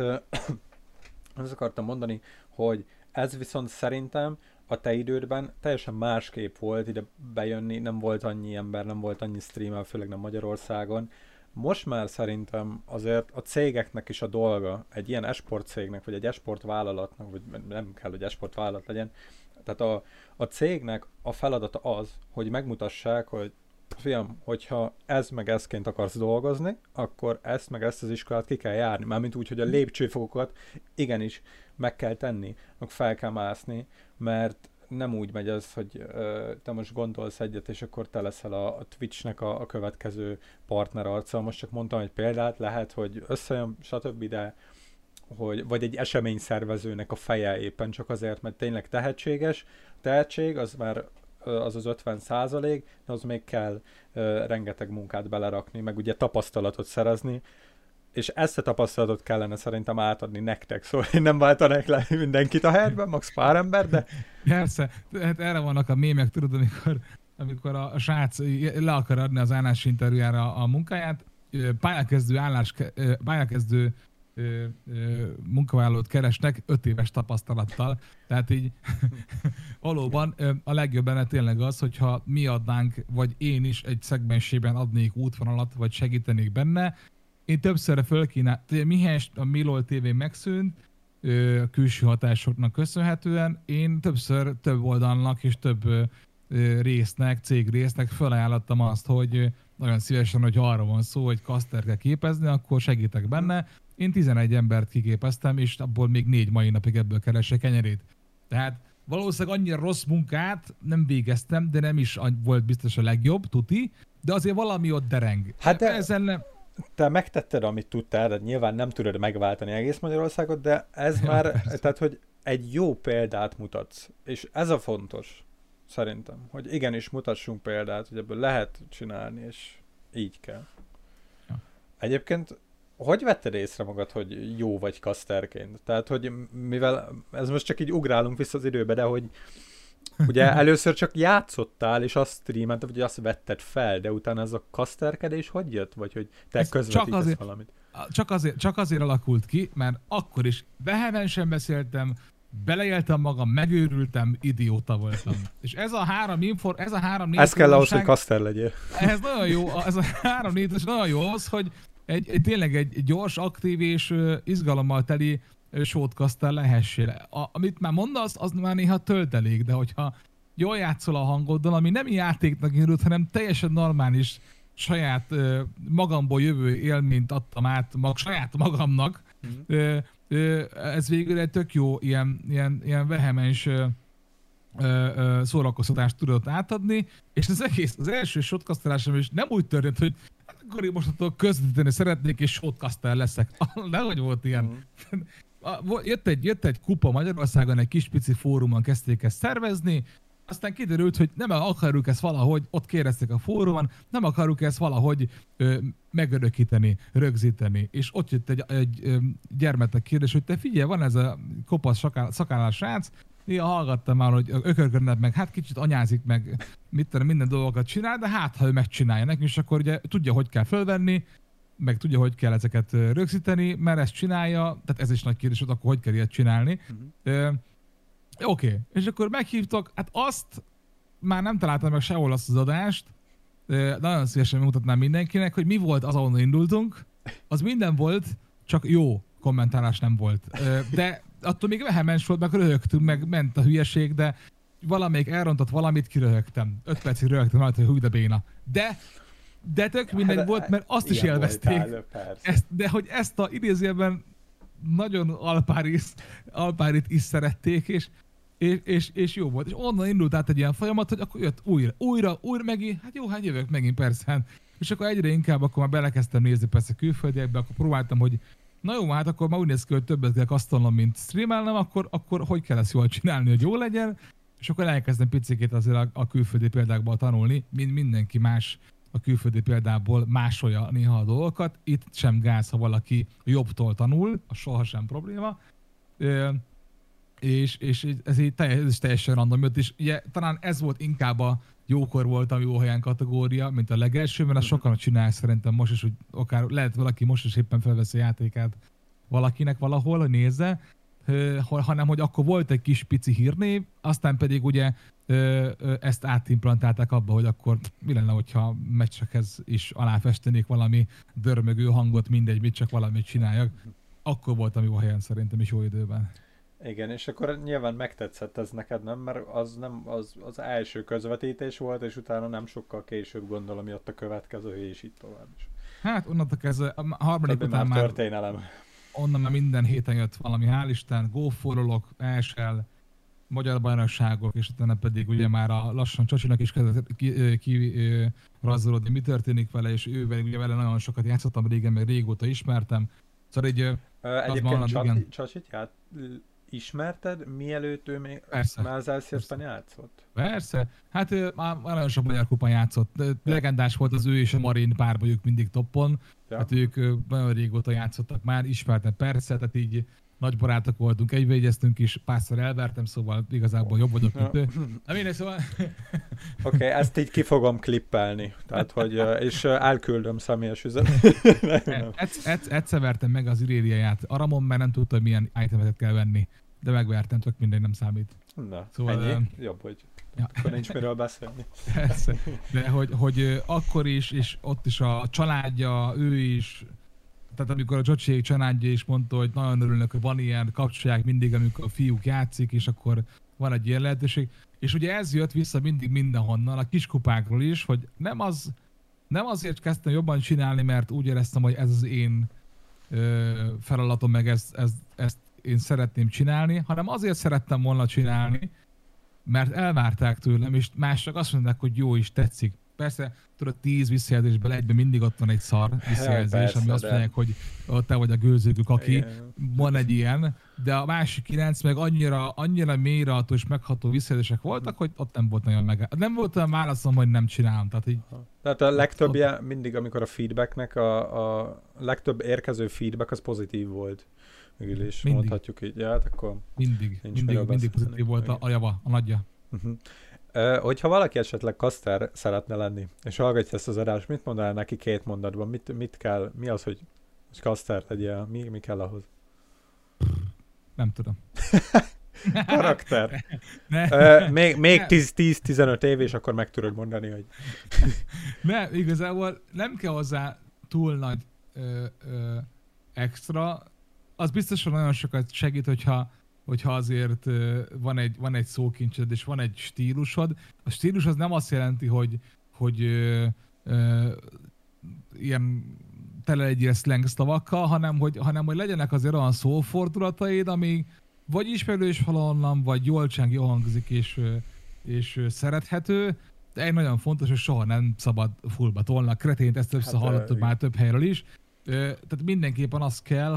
azt akartam mondani, hogy ez viszont szerintem a te idődben teljesen másképp volt ide bejönni, nem volt annyi ember, nem volt annyi streamer, főleg nem Magyarországon. Most már szerintem azért a cégeknek is a dolga, egy ilyen esport cégnek, vagy egy esport vállalatnak, vagy nem kell, hogy esport vállalat legyen, tehát a cégnek a feladata az, hogy megmutassák, hogy fiam, hogyha ez meg ezként akarsz dolgozni, akkor ezt meg ezt az iskolát ki kell járni. Mármint úgy, hogy a lépcsőfokokat igenis meg kell tenni, meg fel kell mászni, mert nem úgy megy az, hogy te most gondolsz egyet, és akkor te leszel a Twitchnek a következő partnerarca. Most csak mondtam egy példát, lehet, hogy összejön, stb., de vagy egy eseményszervezőnek a feje éppen csak azért, mert tényleg tehetség, az már az 50%, de az még kell rengeteg munkát belerakni, meg ugye tapasztalatot szerezni, és ezt a tapasztalatot kellene szerintem átadni nektek, szóval én nem váltanék le mindenkit a helyben, max pár ember, de... Persze, hát erre vannak a mémek, tudod, amikor amikor a srác le akar adni az állásinterjújára a munkáját, pályakezdő munkavállalót keresnek 5 éves tapasztalattal. Tehát így valóban a legjobb benne tényleg az, hogyha mi adnánk, vagy én is egy szegmensében adnék útvonalat, vagy segítenék benne. Én többszörre fölkínáltam, mihez a Milol TV megszűnt, külső hatásoknak köszönhetően, én többször több oldalnak és több résznek, cégrésznek felajánlottam azt, hogy nagyon szívesen, hogy arra van szó, hogy kasztert kell képezni, akkor segítek benne. Én 11 embert kiképeztem, és abból még 4 mai napig ebből keresek kenyerét. Tehát valószínűleg annyira rossz munkát nem végeztem, de nem is volt biztos a legjobb, tuti, de azért valami ott dereng. Hát de te megtetted, amit tudtál, de nyilván nem tudod megváltani egész Magyarországot, de ez már, tehát hogy egy jó példát mutatsz. És ez a fontos, szerintem, hogy igenis mutassunk példát, hogy ebből lehet csinálni, és így kell. Ja. Egyébként hogy vetted észre magad, hogy jó vagy kaszterként? Tehát, hogy mivel, ez most csak így ugrálunk vissza az időbe, de hogy ugye először csak játszottál, és azt streamelted, vagy azt vetted fel, de utána ez a kaszterkedés hogy jött? Vagy hogy te közvetítesz valamit? Csak azért alakult ki, mert akkor is vehemensen beszéltem, beleéltem magam, megőrültem, idióta voltam. És ez a három ez kell ahhoz, hogy kaszter legyél. Ez nagyon jó, ez a 3 nagyon jó az, hogy tényleg egy gyors, aktív és izgalommal teli shortcaster lehessél. Amit már mondasz, az már néha töltelék, de hogyha jól játszol a hangoddal, ami nem játéknak indult, hanem teljesen normális saját magamból jövő élményt adtam át saját magamnak, ez végül egy tök jó ilyen vehemens szórakoztatást tudott átadni, és az első shortcasterásom is nem úgy történt, hogy akkor én most közvetíteni szeretnék, és shortcaster leszek. Nehogy volt ilyen. Jött egy kupa Magyarországon, egy kis pici fórumon kezdték ezt szervezni, aztán kiderült, hogy nem akarjuk ezt valahogy, ott kérdezték a fórumon, nem akarjuk ezt valahogy megörökíteni, rögzíteni. És ott jött egy gyermetek kérdés, hogy te figyelj, van ez a kopasz szakállás srác, néha hallgattam már, hogy ökörködnek meg, hát kicsit anyázik meg, minden dolgokat csinál, de hát ha ő megcsinálja nekünk, és akkor ugye tudja, hogy kell fölvenni, meg tudja, hogy kell ezeket rögzíteni, mert ezt csinálja, tehát ez is nagy kérdés, hogy akkor hogy kell ilyet csinálni. Oké. És akkor meghívtok, hát azt már nem találtam meg sehol azt az adást, nagyon szívesen mutatnám mindenkinek, hogy mi volt az, ahonnan indultunk, az minden volt, csak jó kommentálás nem volt. De attól még vehemens volt, meg röhögtünk, meg ment a hülyeség, de valamelyik elrontott valamit, kiröhögtem. 5 percig röhögtem rajta, hogy hú de béna. De tök mindegy volt, mert azt is élvezték. De hogy ezt a idézőjelben nagyon alpárit is szerették, és jó volt. És onnan indult át egy ilyen folyamat, hogy akkor jött újra megint, hát jó, hát jövök megint persze. És akkor egyre inkább akkor már belekezdtem nézni persze külföldiekbe, akkor próbáltam, hogy na jó, hát akkor már úgy néz ki, hogy többet kell kasztolnom, mint streamelnem, akkor hogy kell ezt jól csinálni, hogy jó legyen, és akkor elkezdem picikét azért a külföldi példákból tanulni, mint mindenki más a külföldi példából másolja néha a dolgokat. Itt sem gáz, ha valaki jobbtól tanul, az sohasem probléma. És ez is teljesen random jött, és ugye talán ez volt inkább a jókor voltam jó helyen kategória, mint a legelső, mert azt sokan csinálják szerintem most is, hogy akár lehet valaki most is éppen felveszi a játékát valakinek valahol, hogy nézze, hanem hogy akkor volt egy kis pici hírnév, aztán pedig ugye ezt átimplantálták abba, hogy akkor mi lenne, hogyha meccsekhez is aláfestenék valami dörmögő hangot, mindegy, mit csak valamit csináljak. Akkor voltam jó helyen szerintem is jó időben. Igen, és akkor nyilván megtetszett ez neked, nem? Mert az első közvetítés volt, és utána nem sokkal később gondolom jött a következő, és itt tovább is. Hát onnantól kezdve, a harmadik többi után már történelem. Onnan már minden héten jött valami, hál' Isten, GoForolok, ESL, magyar bajnokságok, és utána pedig ugye már lassan Csacsinak is kezdett kirazzolódni, mi történik vele, és ővel ugye vele nagyon sokat játszottam régen, meg régóta ismertem. Szóval így... Egyébként Csacsit ismerted, mielőtt ő még már az LCS-ben játszott? Persze. Hát már nagyon sok magyar kupán játszott. Legendás volt az ő és a Marin párbajuk mindig toppon. Ja. Hát ők nagyon régóta játszottak már, ismertem persze, tehát így nagy barátok voltunk, egybeegyeztünk is, párszor elvertem, szóval igazából jobb vagyok, mint ő. Na mindegy, szóval Oké, ezt így ki fogom klippelni. Tehát, hogy, és elküldöm személyes üzenet. Egyszer vertem meg az Irériáját Aramon, mert nem tudta, hogy milyen itemeket kell venni. De megvertem, tök mindegy, nem számít. Na, szóval, ennyi? Jobb, hogy ja. akkor nincs miről beszélni. Persze. De hogy akkor is, és ott is a családja, ő is, tehát amikor a Jocsiék családja is mondta, hogy nagyon örülnek, hogy van ilyen, kapcsolják mindig, amikor a fiúk játszik, és akkor van egy ilyen lehetőség. És ugye ez jött vissza mindig mindenhonnan, a kiskupákról is, hogy nem azért kezdtem jobban csinálni, mert úgy éreztem, hogy ez az én feladatom, meg ezt én szeretném csinálni, hanem azért szerettem volna csinálni, mert elvárták tőlem, és mások azt mondták, hogy jó is, tetszik. Persze, tudod, 10 visszajelzésből egyben mindig ott van egy szar visszajelzés, ami azt mondják, hogy te vagy a gőzőgük, aki van egy ilyen, de a másik 9 meg annyira mélyreható és megható visszajelzések voltak, hogy ott nem volt nagyon nem volt olyan válaszom, hogy nem csinálom. Tehát a legtöbbje mindig, amikor a feedbacknek a legtöbb érkező feedback az pozitív volt. És mondhatjuk így, hát akkor mindig pozitív volt a java, a nagyja. Hogyha valaki esetleg caster szeretne lenni, és hallgatja ezt az adást, mit mondanál neki 2 mondatban? Mit kell, mi az, hogy caster legyél? Mi kell ahhoz? Nem tudom. Karakter. Még 10-15 év, és akkor meg tudod mondani, hogy... Nem, igazából nem kell hozzá túl nagy extra. Az biztosan nagyon sokat segít, hogyha azért van egy szókincsed és van egy stílusod. A stílus az nem azt jelenti, hogy ilyen tele legyél slang szavakkal, hanem hogy legyenek azért olyan szófordulataid, ami vagy ismerős valahonnan, vagy jól hangzik és szerethető, de egy nagyon fontos, hogy soha nem szabad fullba tolni. Kretént ezt többször hallottad már több helyről is. Tehát mindenképpen az kell,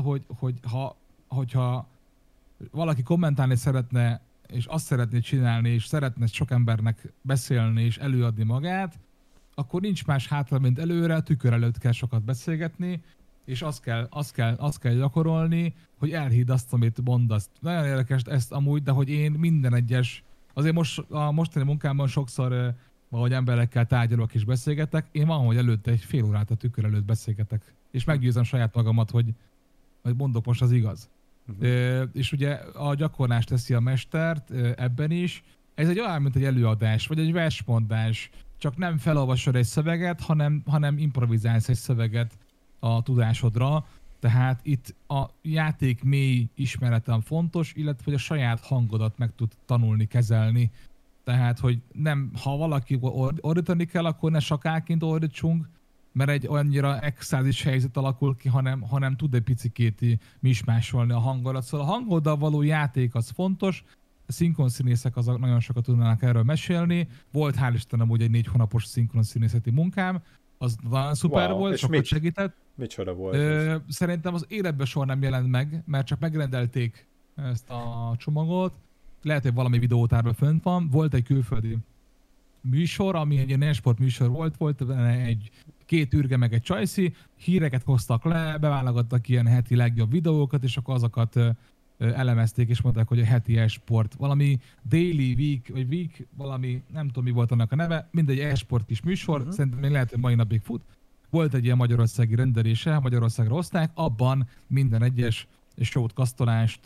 hogyha valaki kommentálni szeretne, és azt szeretné csinálni, és szeretne sok embernek beszélni és előadni magát, akkor nincs más hátra, mint előre, tükör előtt kell sokat beszélgetni, és azt kell gyakorolni, hogy elhidd azt, amit mondasz. Nagyon érdekes ezt amúgy, de hogy én minden egyes, azért a mostani munkámban sokszor valahogy emberekkel tárgyalok és beszélgetek, én van, hogy előtte egy fél órát a tükör előtt beszélgetek, és meggyőzem saját magamat, hogy mondok most az igaz. És ugye a gyakorlás teszi a mestert ebben is. Ez egy olyan, mint egy előadás, vagy egy versmondás, csak nem felolvasod egy szöveget, hanem improvizálsz egy szöveget a tudásodra. Tehát itt a játék mély ismeretem fontos, illetve hogy a saját hangodat meg tud tanulni, kezelni. Tehát, hogy nem, ha valaki ordítani kell, akkor ne sakáként ordítsunk, mert egy annyira extázis helyzet alakul ki, hanem tud egy picikét mismásolni a hangodat. Szóval a hangoddal való játék az fontos, a szinkronszínészek azok nagyon sokat tudnának erről mesélni. Volt hál' Istenem úgy egy 4 hónapos szinkronszínészeti munkám, az nagyon szuper volt, sokat segített. Micsoda volt? Szerintem az életben soha nem jelent meg, mert csak megrendelték ezt a csomagot. Lehet, hogy valami videótárban fönt van. Volt egy külföldi műsor, ami egy ilyen e-sport műsor volt egy 2 űrge meg egy csajszi, híreket hoztak le, beválogattak ilyen heti legjobb videókat, és akkor azokat elemezték, és mondták, hogy a heti e-sport, valami daily, week, vagy week, valami, nem tudom mi volt annak a neve, mindegy e-sport kis műsor, szerintem még lehet, hogy mai napig fut. Volt egy ilyen magyarországi rendelése, Magyarországra hozták, abban minden egyes showt-kasztolást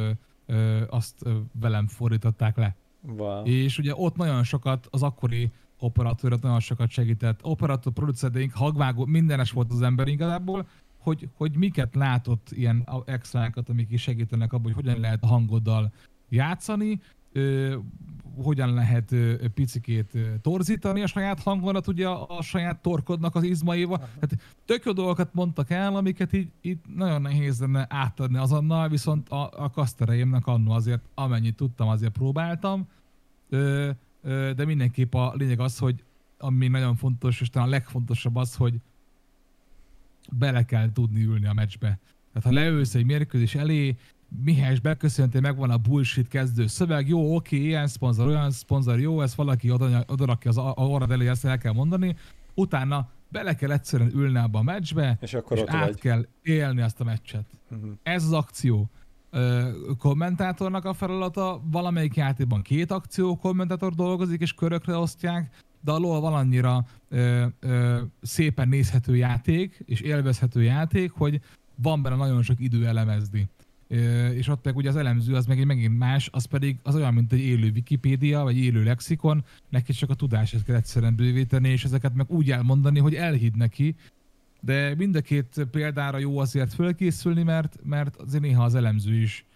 azt velem fordították le. Wow. És ugye ott nagyon sokat az akkori operatőröt nagyon sokat segített. Operatőr, producereink, hangvágó, mindenes volt az ember igazából, hogy miket látott ilyen extrákat, amik is segítenek abban, hogy hogyan lehet a hangoddal játszani, hogyan lehet picikét torzítani a saját hangodat, ugye a saját torkodnak az izmaival. Tehát tök jó dolgokat mondtak el, amiket így nagyon nehéz lenne átadni azonnal, viszont a kasztereimnek annó azért, amennyit tudtam, azért próbáltam. De mindenképp a lényeg az, hogy ami nagyon fontos, és talán a legfontosabb az, hogy bele kell tudni ülni a meccsbe. Tehát ha leülsz egy mérkőzés elé, mihez beköszöntél, megvan a bullshit kezdő szöveg, jó, oké, ilyen szponzor, olyan szponzor, jó, ezt valaki odarakja az orrad elé, ezt el kell mondani, utána bele kell egyszerűen ülni abba a meccsbe, és akkor és át kell élni azt a meccset. Ez az akció. kommentátornak a feladata, valamelyik játékban 2 akció kommentátor dolgozik, és körökre osztják, de a LoL van annyira szépen nézhető játék, és élvezhető játék, hogy van benne nagyon sok idő elemezni. És ott meg ugye az elemző az megint más, az pedig az olyan, mint egy élő Wikipédia, vagy élő lexikon, neki csak a tudását kell egyszerűen bővíteni, és ezeket meg úgy elmondani, hogy elhidd neki, de mind a 2 példára jó azért fölkészülni, mert azért néha az elemző is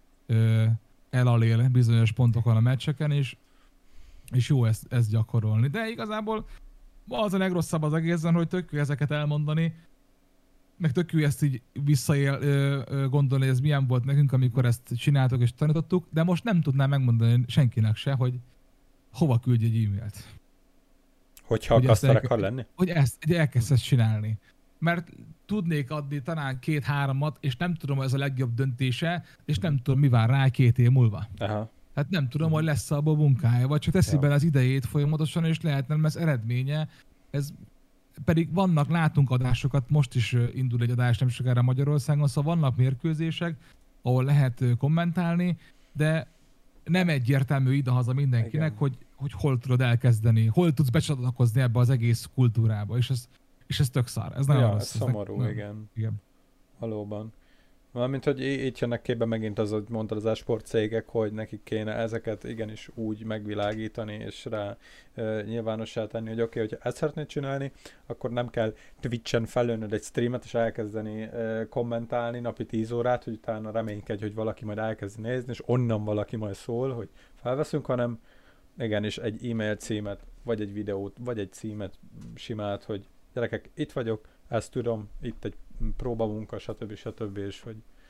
elalél bizonyos pontokon a meccseken, és jó ezt gyakorolni. De igazából az a legrosszabb az egészen, hogy tök jó ezeket elmondani, meg tök jó ezt így gondolni, hogy ez milyen volt nekünk, amikor ezt csináltuk és tanítottuk, de most nem tudnám megmondani senkinek se, hogy hova küldj egy e-mailt. Hogyha akar lenni? Hogy ezt elkezdsz ezt csinálni. Mert tudnék adni talán 2-3-at, és nem tudom, hogy ez a legjobb döntése, és nem tudom, mi vár rá 2 év múlva. Aha. Hát nem tudom, hogy lesz abból munkája, vagy csak teszi bele az idejét folyamatosan, és lehet nem lesz eredménye. Ez pedig látunk adásokat, most is indul egy adás nem sokára Magyarországon, szóval vannak mérkőzések, ahol lehet kommentálni, de nem egyértelmű idehaza mindenkinek, hogy hol tudod elkezdeni, hol tudsz becsatlakozni ebbe az egész kultúrába, és ez tök szar. Ez nagyon rossz. Ez szomorú, igen. Valóban. Valamint, hogy itt jönnek képbe megint az, hogy mondtad az e-sport cégek, hogy nekik kéne ezeket igenis úgy megvilágítani, és rá nyilvánossá tenni, hogy oké, hogyha ezt szeretnéd csinálni, akkor nem kell Twitch-en felönnöd egy streamet, és elkezdeni kommentálni napi 10 órát, hogy utána reménykedj, hogy valaki majd elkezd nézni, és onnan valaki majd szól, hogy felveszünk, hanem igenis egy e-mail címet, vagy egy videót, vagy egy címet simát, hogy gyerekek, itt vagyok, ezt tudom, itt egy próbamunka, stb. És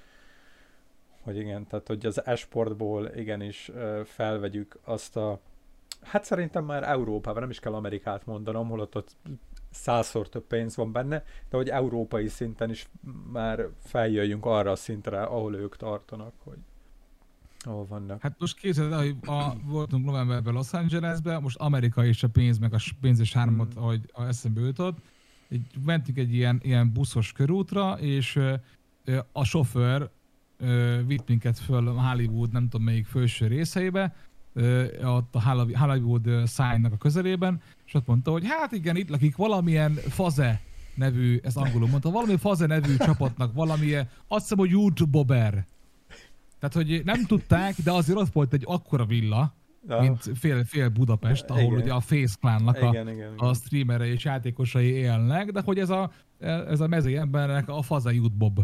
hogy igen, tehát hogy az e-sportból igenis felvegyük azt a, hát szerintem már Európában, nem is kell Amerikát mondanom, holott ott 100-szor több pénz van benne, de hogy európai szinten is már feljöjjünk arra a szintre, ahol ők tartanak, hogy ahol vannak. Hát most képzeld el, hogy voltunk novemberben Los Angelesben, most Amerika és a pénz, meg a pénz és hármat, ahogy eszembe jutott. Mentünk egy ilyen buszos körútra, és a sofőr vitt minket föl a Hollywood, nem tudom melyik felső részeibe, ott a Hollywood Sign-nak a közelében, és ott mondta, hogy hát igen, itt lakik valamilyen Faze nevű, ez angolul mondta, valami Faze nevű csapatnak, valamilyen, azt hiszem, hogy YouTube-bobber. Tehát, hogy nem tudták, de azért ott volt egy akkora villa, mint fél Budapest, ahol ugye a Face Clan-nak a streamerei és játékosai élnek, de hogy ez a mezei embernek a Faze YouTube-bob.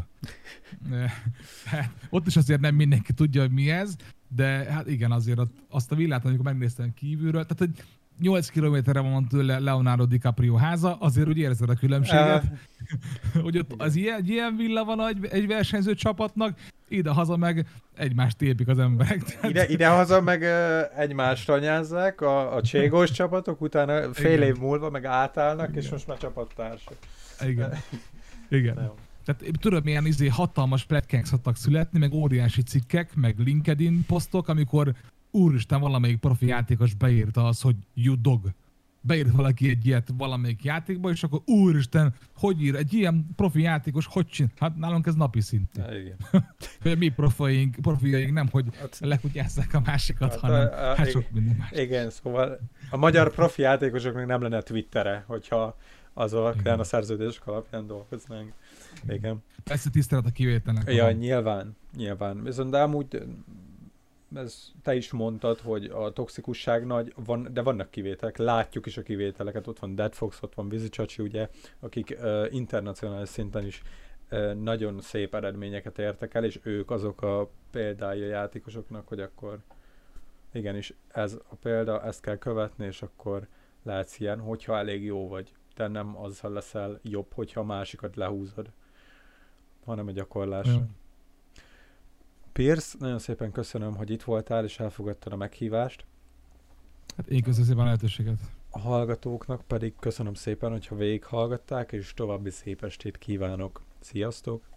Ott is azért nem mindenki tudja, hogy mi ez, de hát igen, azért azt a villát, amikor megnéztem kívülről, tehát hogy 8 kilométerre van tőle Leonardo DiCaprio háza, azért úgy érzed a különbséget, hogy ott az ilyen villa van egy versenyző csapatnak, ide-haza meg egymást tépik az emberek. Ide-haza meg egymásra nyázzák a cségós csapatok, utána fél év múlva meg átállnak, igen. És most már csapattársak. Igen. Tehát tudod, milyen hatalmas pletkák szoktak születni, meg óriási cikkek, meg LinkedIn posztok, amikor úristen, valamelyik profi játékos beírta az, hogy you dog. Beírt valaki egy ilyet valamelyik játékba, és akkor úristen, hogy ír egy ilyen profi játékos, hogy csinál? Hát nálunk ez napi szintű. Igen. Mi profiaink nem, hogy lekutyázzák a másikat, hanem hát sok minden más. Igen, szóval a magyar profi játékosoknak nem lenne Twittere, hogyha az alapján a szerződések alapján dolgoznánk. Igen. Persze tisztelet a kivételnek. Ja, nyilván. Viszont de amúgy te is mondtad, hogy a toxikusság nagy, de vannak kivételek, látjuk is a kivételeket, ott van Dead Fox, ott van Vizicsacsi, ugye, akik internacionális szinten is nagyon szép eredményeket értek el, és ők azok a példái a játékosoknak, hogy akkor igenis ez a példa, ezt kell követni, és akkor lehetsz ilyen, hogyha elég jó vagy. Te nem azzal leszel jobb, hogyha a másikat lehúzod, hanem a gyakorlásra. Pierce, nagyon szépen köszönöm, hogy itt voltál, és elfogadtad a meghívást. Hát én köszönöm szépen a lehetőséget. A hallgatóknak pedig köszönöm szépen, hogyha végighallgatták, és további szép estét kívánok. Sziasztok!